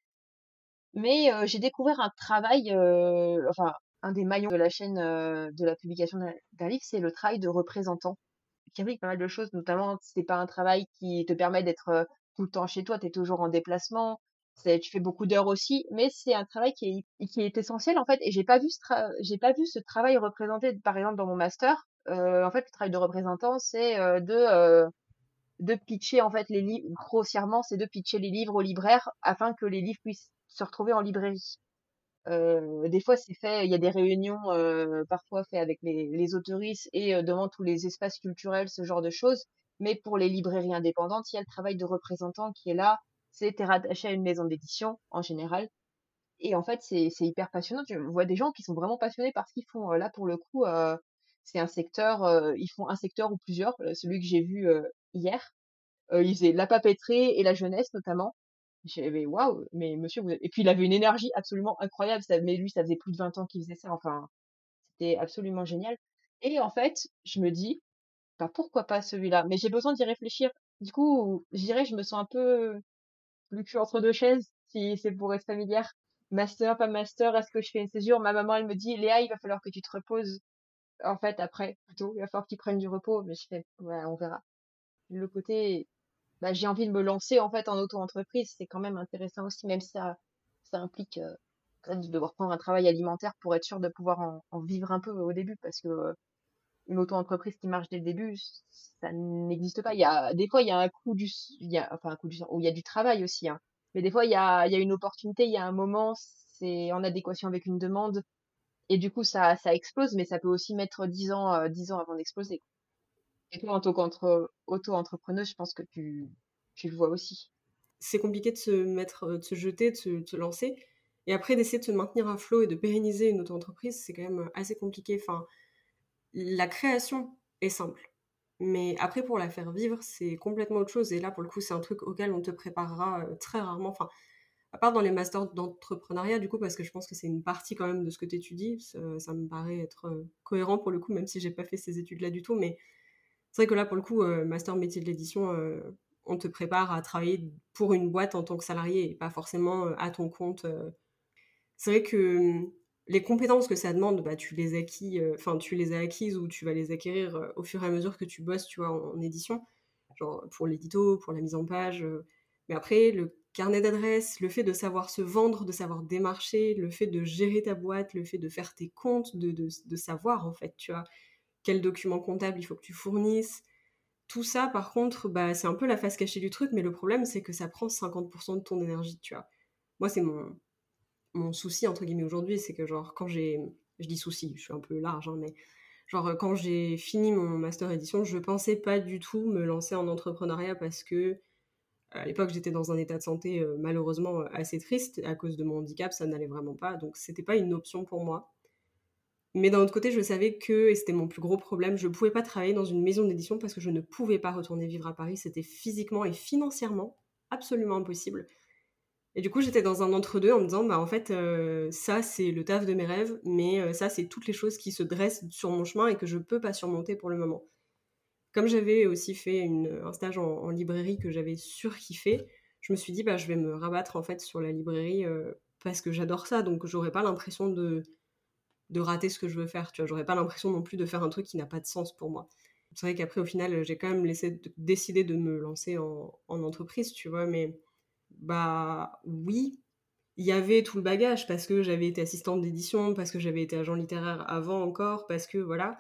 Mais j'ai découvert un travail, enfin, un des maillons de la chaîne de la publication d'un livre, c'est le travail de représentant, qui implique pas mal de choses, notamment c'est pas un travail qui te permet d'être tout le temps chez toi, tu es toujours en déplacement, tu fais beaucoup d'heures aussi, mais c'est un travail qui est essentiel en fait, et j'ai pas vu ce travail représenté par exemple dans mon master. En fait, le travail de représentant, c'est de pitcher en fait les livres, grossièrement, c'est de pitcher les livres aux libraires afin que les livres puissent se retrouver en librairie. Des fois, c'est fait, il y a des réunions parfois fait avec les autoristes et devant tous les espaces culturels, ce genre de choses. Mais pour les librairies indépendantes, il y a le travail de représentant qui est là. T'es rattaché à une maison d'édition en général. Et en fait, c'est hyper passionnant. Je vois des gens qui sont vraiment passionnés par ce qu'ils font. Là, pour le coup, c'est un secteur, ils font un secteur ou plusieurs. Celui que j'ai vu hier, il faisait la papeterie et la jeunesse notamment. J'avais waouh, mais monsieur, et puis il avait une énergie absolument incroyable. Mais lui, ça faisait plus de 20 ans qu'il faisait ça. Enfin, c'était absolument génial. Et en fait, je me dis, bah, pourquoi pas celui-là? Mais j'ai besoin d'y réfléchir. Du coup, je dirais, je me sens un peu le cul entre deux chaises, si c'est pour être familière. Master, pas master, est-ce que je fais une césure? Ma maman, elle me dit, Léa, il va falloir que tu te reposes. En fait, après, plutôt, il va falloir que tu prennes du repos. Mais je fais, ouais, on verra. Le côté, bah, j'ai envie de me lancer en fait en auto-entreprise, c'est quand même intéressant aussi, même si ça implique quand même de devoir prendre un travail alimentaire pour être sûr de pouvoir en vivre un peu au début, parce que une auto-entreprise qui marche dès le début, ça n'existe pas. Des fois, il y a un coup enfin un coup du, où il y a du travail aussi, hein. Mais des fois, il y a une opportunité, il y a un moment, c'est en adéquation avec une demande, et du coup, ça explose, mais ça peut aussi mettre 10 ans avant d'exploser. Et toi, en tant qu'auto-entrepreneuse, je pense que tu le vois aussi. C'est compliqué de se mettre, de se jeter, de se lancer. Et après, d'essayer de se maintenir à flot et de pérenniser une auto-entreprise, c'est quand même assez compliqué. Enfin, la création est simple. Mais après, pour la faire vivre, c'est complètement autre chose. Et là, pour le coup, c'est un truc auquel on te préparera très rarement. Enfin, à part dans les masters d'entrepreneuriat, du coup, parce que je pense que c'est une partie quand même de ce que tu étudies. Ça me paraît être cohérent pour le coup, même si j'ai pas fait ces études-là du tout. Mais c'est vrai que là, pour le coup, master métier de l'édition, on te prépare à travailler pour une boîte en tant que salarié et pas forcément à ton compte. C'est vrai que les compétences que ça demande, bah, tu les as acquises ou tu vas les acquérir au fur et à mesure que tu bosses, tu vois, en édition, genre pour l'édito, pour la mise en page. Mais après, le carnet d'adresses, le fait de savoir se vendre, de savoir démarcher, le fait de gérer ta boîte, le fait de faire tes comptes, de savoir en fait, tu vois, quel document comptable il faut que tu fournisses. Tout ça, par contre, bah, c'est un peu la face cachée du truc, mais le problème, c'est que ça prend 50% de ton énergie, tu vois. Moi, c'est mon souci, entre guillemets, aujourd'hui, c'est que, genre, je dis souci, je suis un peu large, hein, mais Genre, quand j'ai fini mon master édition, je pensais pas du tout me lancer en entrepreneuriat parce que, à l'époque, j'étais dans un état de santé, malheureusement, assez triste. À cause de mon handicap, ça n'allait vraiment pas, donc c'était pas une option pour moi. Mais d'un autre côté, je savais que, et c'était mon plus gros problème, je pouvais pas travailler dans une maison d'édition parce que je ne pouvais pas retourner vivre à Paris. C'était physiquement et financièrement absolument impossible. Et du coup, j'étais dans un entre-deux en me disant, bah en fait, ça c'est le taf de mes rêves, mais ça c'est toutes les choses qui se dressent sur mon chemin et que je peux pas surmonter pour le moment. Comme j'avais aussi fait un stage en librairie que j'avais surkiffé, je me suis dit, bah je vais me rabattre en fait sur la librairie parce que j'adore ça, donc j'aurais pas l'impression de rater ce que je veux faire, tu vois. J'aurais pas l'impression non plus de faire un truc qui n'a pas de sens pour moi. C'est vrai qu'après, au final, j'ai quand même décidé de me lancer en entreprise, tu vois, mais bah oui, il y avait tout le bagage parce que j'avais été assistante d'édition, parce que j'avais été agent littéraire avant encore, parce que voilà.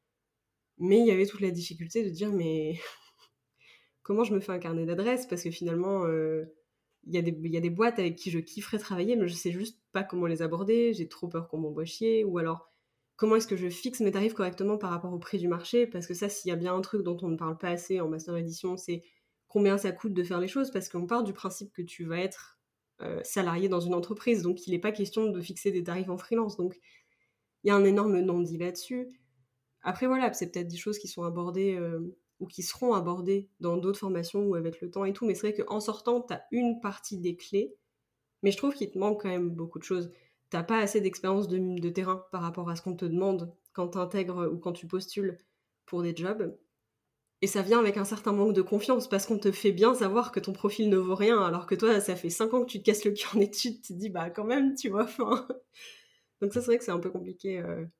Mais il y avait toute la difficulté de dire, mais comment je me fais un carnet d'adresses? Parce que finalement, il y a des boîtes avec qui je kifferais travailler, mais je sais juste pas comment les aborder, j'ai trop peur qu'on m'envoie chier, ou alors comment est-ce que je fixe mes tarifs correctement par rapport au prix du marché? Parce que ça, s'il y a bien un truc dont on ne parle pas assez en master édition, c'est combien ça coûte de faire les choses, parce qu'on part du principe que tu vas être salarié dans une entreprise, donc il n'est pas question de fixer des tarifs en freelance. Donc il y a un énorme non-dit là-dessus. Après voilà, c'est peut-être des choses qui sont abordées ou qui seront abordées dans d'autres formations ou avec le temps et tout, mais c'est vrai qu'en sortant, tu as une partie des clés, mais je trouve qu'il te manque quand même beaucoup de choses. T'as pas assez d'expérience de terrain par rapport à ce qu'on te demande quand tu intègres ou quand tu postules pour des jobs. Et ça vient avec un certain manque de confiance parce qu'on te fait bien savoir que ton profil ne vaut rien, alors que toi, ça fait 5 ans que tu te casses le cul en études, tu te dis, bah quand même, tu vois. Fin... Donc ça, c'est vrai que c'est un peu compliqué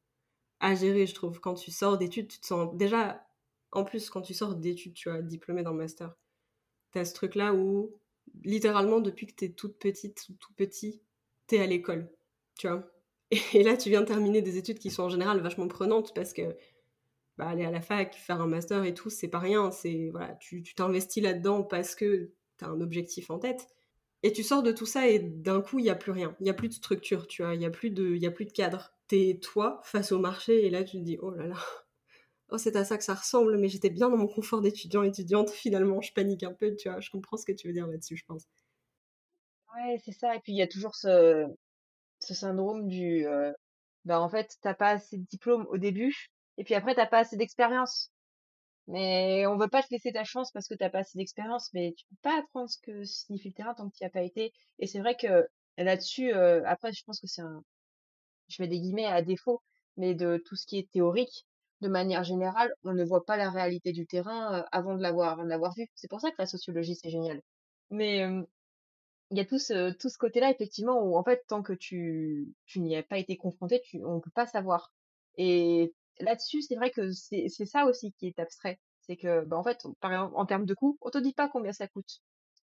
à gérer, je trouve. Quand tu sors d'études, tu te sens... Déjà, en plus, quand tu sors d'études, tu as diplômé d'un master, t'as ce truc-là où, littéralement, depuis que t'es toute petite ou tout petit, t'es à l'école, tu vois. Et là, tu viens de terminer des études qui sont en général vachement prenantes parce que bah, aller à la fac, faire un master et tout, c'est pas rien. C'est, voilà, tu t'investis là-dedans parce que t'as un objectif en tête. Et tu sors de tout ça et d'un coup, il n'y a plus rien. Il n'y a plus de structure, tu vois. Il y a plus de cadre. T'es toi face au marché et là, tu te dis, oh là là, oh, c'est à ça que ça ressemble, mais j'étais bien dans mon confort étudiante, finalement, je panique un peu, tu vois, je comprends ce que tu veux dire là-dessus, je pense. Ouais, c'est ça. Et puis il y a toujours ce syndrome bah en fait, t'as pas assez de diplôme au début, et puis après t'as pas assez d'expérience. Mais on veut pas te laisser ta chance parce que t'as pas assez d'expérience, mais tu peux pas apprendre ce que signifie le terrain tant que tu y as pas été. Et c'est vrai que là-dessus, après, je pense que je mets des guillemets à défaut, mais de tout ce qui est théorique, de manière générale, on ne voit pas la réalité du terrain avant de l'avoir vu. C'est pour ça que la sociologie, c'est génial. Mais il y a tout ce côté-là, effectivement, où en fait, tant que tu n'y as pas été confronté, on peut pas savoir. Et là-dessus, c'est vrai que c'est ça aussi qui est abstrait. C'est que, bah, en fait, par exemple, en termes de coût, on te dit pas combien ça coûte.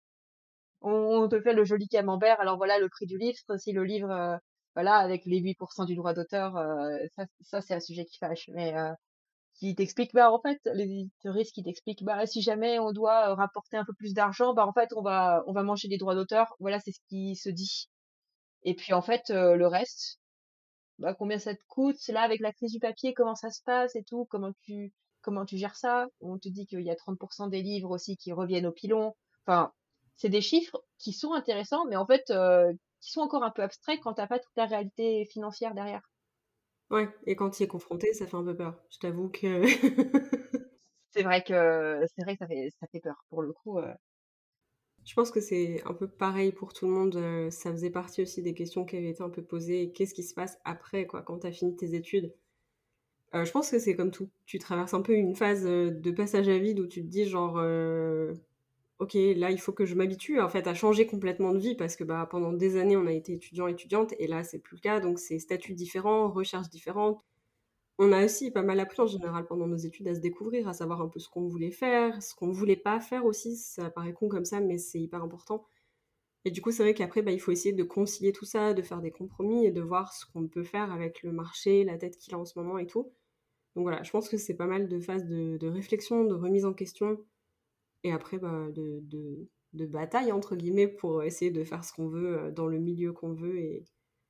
On te fait le joli camembert, alors voilà le prix du livre. Si le livre, voilà, avec les 8% du droit d'auteur, ça c'est un sujet qui fâche. Mais qui t'explique, bah en fait, les éditoristes qui t'expliquent, bah si jamais on doit rapporter un peu plus d'argent, bah en fait on va manger des droits d'auteur. Voilà, c'est ce qui se dit. Et puis en fait, le reste, bah combien ça te coûte? Là, avec la crise du papier, comment ça se passe et tout? Comment tu gères ça? On te dit qu'il y a 30% des livres aussi qui reviennent au pilon. Enfin, c'est des chiffres qui sont intéressants, mais en fait, qui sont encore un peu abstraits quand t'as pas toute la réalité financière derrière. Ouais, et quand tu y es confronté, ça fait un peu peur. Je t'avoue que... C'est vrai que ça fait peur pour le coup. Je pense que c'est un peu pareil pour tout le monde. Ça faisait partie aussi des questions qui avaient été un peu posées. Qu'est-ce qui se passe après, quoi, quand tu as fini tes études? Je pense que c'est comme tout. Tu traverses un peu une phase de passage à vide où tu te dis genre, ok, là il faut que je m'habitue en fait à changer complètement de vie parce que bah pendant des années on a été étudiant étudiante et là c'est plus le cas donc c'est statut différent, recherche différente. On a aussi pas mal appris en général pendant nos études à se découvrir, à savoir un peu ce qu'on voulait faire, ce qu'on voulait pas faire aussi. Ça paraît con comme ça mais c'est hyper important. Et du coup c'est vrai qu'après bah, il faut essayer de concilier tout ça, de faire des compromis et de voir ce qu'on peut faire avec le marché, la tête qu'il a en ce moment et tout. Donc voilà, je pense que c'est pas mal de phases de réflexion, de remise en question, et après bah, de bataille, entre guillemets, pour essayer de faire ce qu'on veut dans le milieu qu'on veut. Et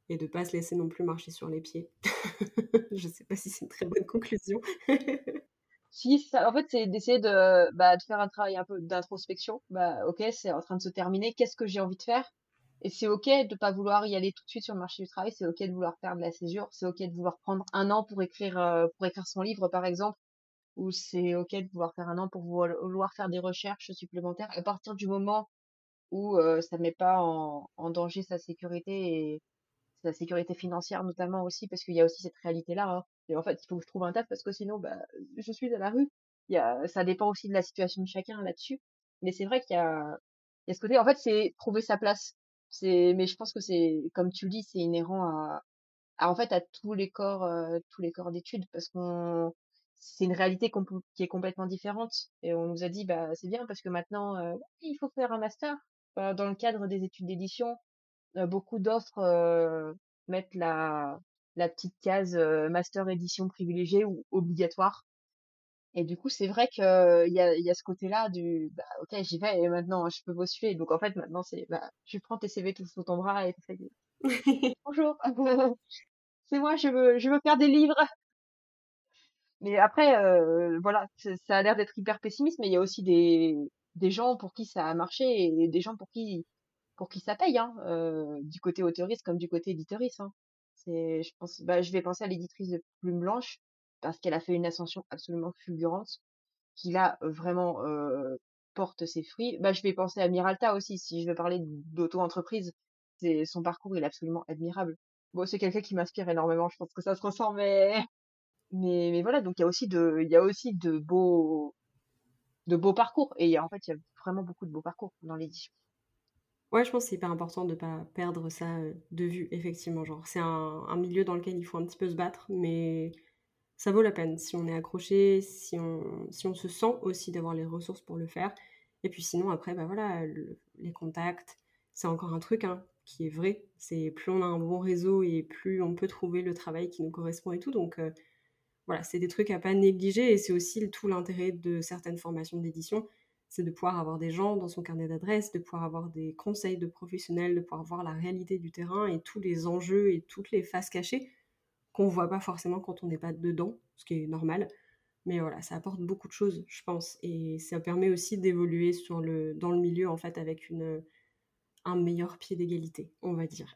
et de pas se laisser non plus marcher sur les pieds. Je sais pas si c'est une très bonne conclusion. Si, ça, en fait, c'est d'essayer de faire un travail un peu d'introspection. Bah, ok, c'est en train de se terminer. Qu'est-ce que j'ai envie de faire? Et c'est ok de pas vouloir y aller tout de suite sur le marché du travail. C'est ok de vouloir faire de la césure. C'est ok de vouloir prendre un an pour écrire son livre, par exemple. Ou c'est ok de vouloir faire un an pour vouloir faire des recherches supplémentaires. À partir du moment où ça met pas en danger sa sécurité financière notamment aussi, parce qu'il y a aussi cette réalité-là, hein. Et en fait, il faut que je trouve un taf parce que sinon, bah, je suis à la rue. Ça dépend aussi de la situation de chacun là-dessus. Mais c'est vrai il y a ce côté, en fait, c'est trouver sa place. Mais je pense que c'est, comme tu le dis, c'est inhérent en fait, à tous les corps d'études, parce c'est une réalité qui est complètement différente. Et on nous a dit, bah, c'est bien parce que maintenant, ouais, il faut faire un master. Dans le cadre des études d'édition, beaucoup d'offres mettent la petite case master édition privilégiée ou obligatoire. Et du coup, c'est vrai que il y a ce côté-là bah, ok, j'y vais et maintenant je peux postuler. Donc en fait, maintenant bah, tu prends tes CV tous sous ton bras et tu fais bonjour, c'est moi, je veux faire des livres. Mais après, voilà, ça a l'air d'être hyper pessimiste, mais il y a aussi des gens pour qui ça a marché et des gens pour qui ça paye, hein, du côté auteuriste comme du côté éditorice, hein. Je pense, bah, je vais penser à l'éditrice de Plume Blanche parce qu'elle a fait une ascension absolument fulgurante, qui là vraiment porte ses fruits. Bah, je vais penser à Miralta aussi, si je veux parler d'auto-entreprise. Son parcours, il est absolument admirable. Bon, c'est quelqu'un qui m'inspire énormément, je pense que ça se ressent, mais voilà, donc il y a aussi de beaux parcours. Et en fait, il y a vraiment beaucoup de beaux parcours dans l'édition. Ouais, je pense que c'est hyper important de pas perdre ça de vue, effectivement. Genre, c'est un milieu dans lequel il faut un petit peu se battre, mais ça vaut la peine si on est accroché, si on se sent aussi d'avoir les ressources pour le faire. Et puis sinon, après, bah voilà, les contacts, c'est encore un truc hein, qui est vrai. C'est plus on a un bon réseau et plus on peut trouver le travail qui nous correspond et tout. Donc voilà, c'est des trucs à pas négliger et c'est aussi tout l'intérêt de certaines formations d'édition, c'est de pouvoir avoir des gens dans son carnet d'adresses, de pouvoir avoir des conseils de professionnels, de pouvoir voir la réalité du terrain et tous les enjeux et toutes les faces cachées qu'on voit pas forcément quand on n'est pas dedans, ce qui est normal. Mais voilà, ça apporte beaucoup de choses, je pense, et ça permet aussi d'évoluer dans le milieu en fait avec un meilleur pied d'égalité, on va dire.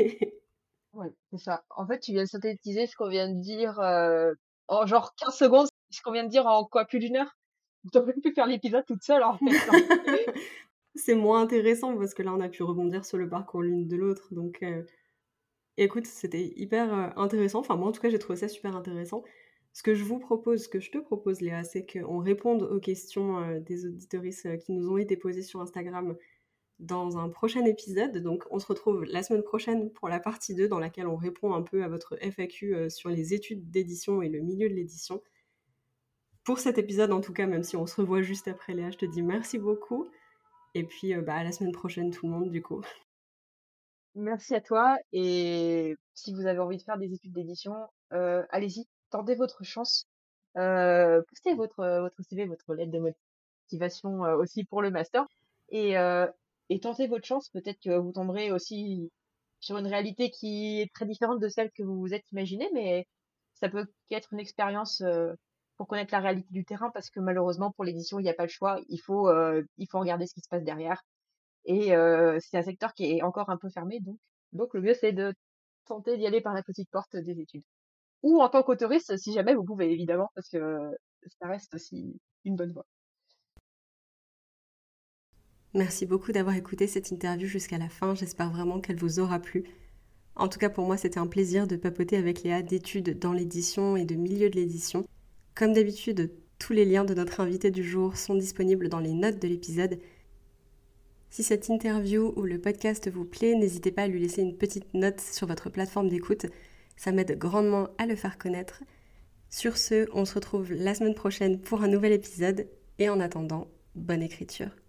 Ouais, c'est ça. En fait, tu viens de synthétiser ce qu'on vient de dire en genre 15 secondes, ce qu'on vient de dire en quoi, plus d'une heure? T'aurais pu faire l'épisode toute seule, en fait, hein. C'est moins intéressant parce que là on a pu rebondir sur le parcours l'une de l'autre, donc écoute, c'était hyper intéressant. Enfin, moi, en tout cas, j'ai trouvé ça super intéressant. Ce que je te propose, Léa, c'est qu'on réponde aux questions des auditoristes qui nous ont été posées sur Instagram dans un prochain épisode. Donc, on se retrouve la semaine prochaine pour la partie 2 dans laquelle on répond un peu à votre FAQ sur les études d'édition et le milieu de l'édition. Pour cet épisode, en tout cas, même si on se revoit juste après, Léa, je te dis merci beaucoup. Et puis, bah, à la semaine prochaine, tout le monde, du coup. Merci à toi. Et si vous avez envie de faire des études d'édition, allez-y, tentez votre chance. Postez votre CV, votre lettre de motivation aussi pour le master. Et, euh, et tentez votre chance. Peut-être que vous tomberez aussi sur une réalité qui est très différente de celle que vous vous êtes imaginée, mais ça peut être une expérience pour connaître la réalité du terrain, parce que malheureusement, pour l'édition, il n'y a pas le choix. Il faut regarder ce qui se passe derrière. Et c'est un secteur qui est encore un peu fermé, donc le mieux, c'est de tenter d'y aller par la petite porte des études. Ou en tant qu'autoriste, si jamais vous pouvez, évidemment, parce que ça reste aussi une bonne voie. Merci beaucoup d'avoir écouté cette interview jusqu'à la fin. J'espère vraiment qu'elle vous aura plu. En tout cas, pour moi, c'était un plaisir de papoter avec Léa d'études dans l'édition et de milieu de l'édition. Comme d'habitude, tous les liens de notre invité du jour sont disponibles dans les notes de l'épisode. Si cette interview ou le podcast vous plaît, n'hésitez pas à lui laisser une petite note sur votre plateforme d'écoute. Ça m'aide grandement à le faire connaître. Sur ce, on se retrouve la semaine prochaine pour un nouvel épisode. Et en attendant, bonne écriture.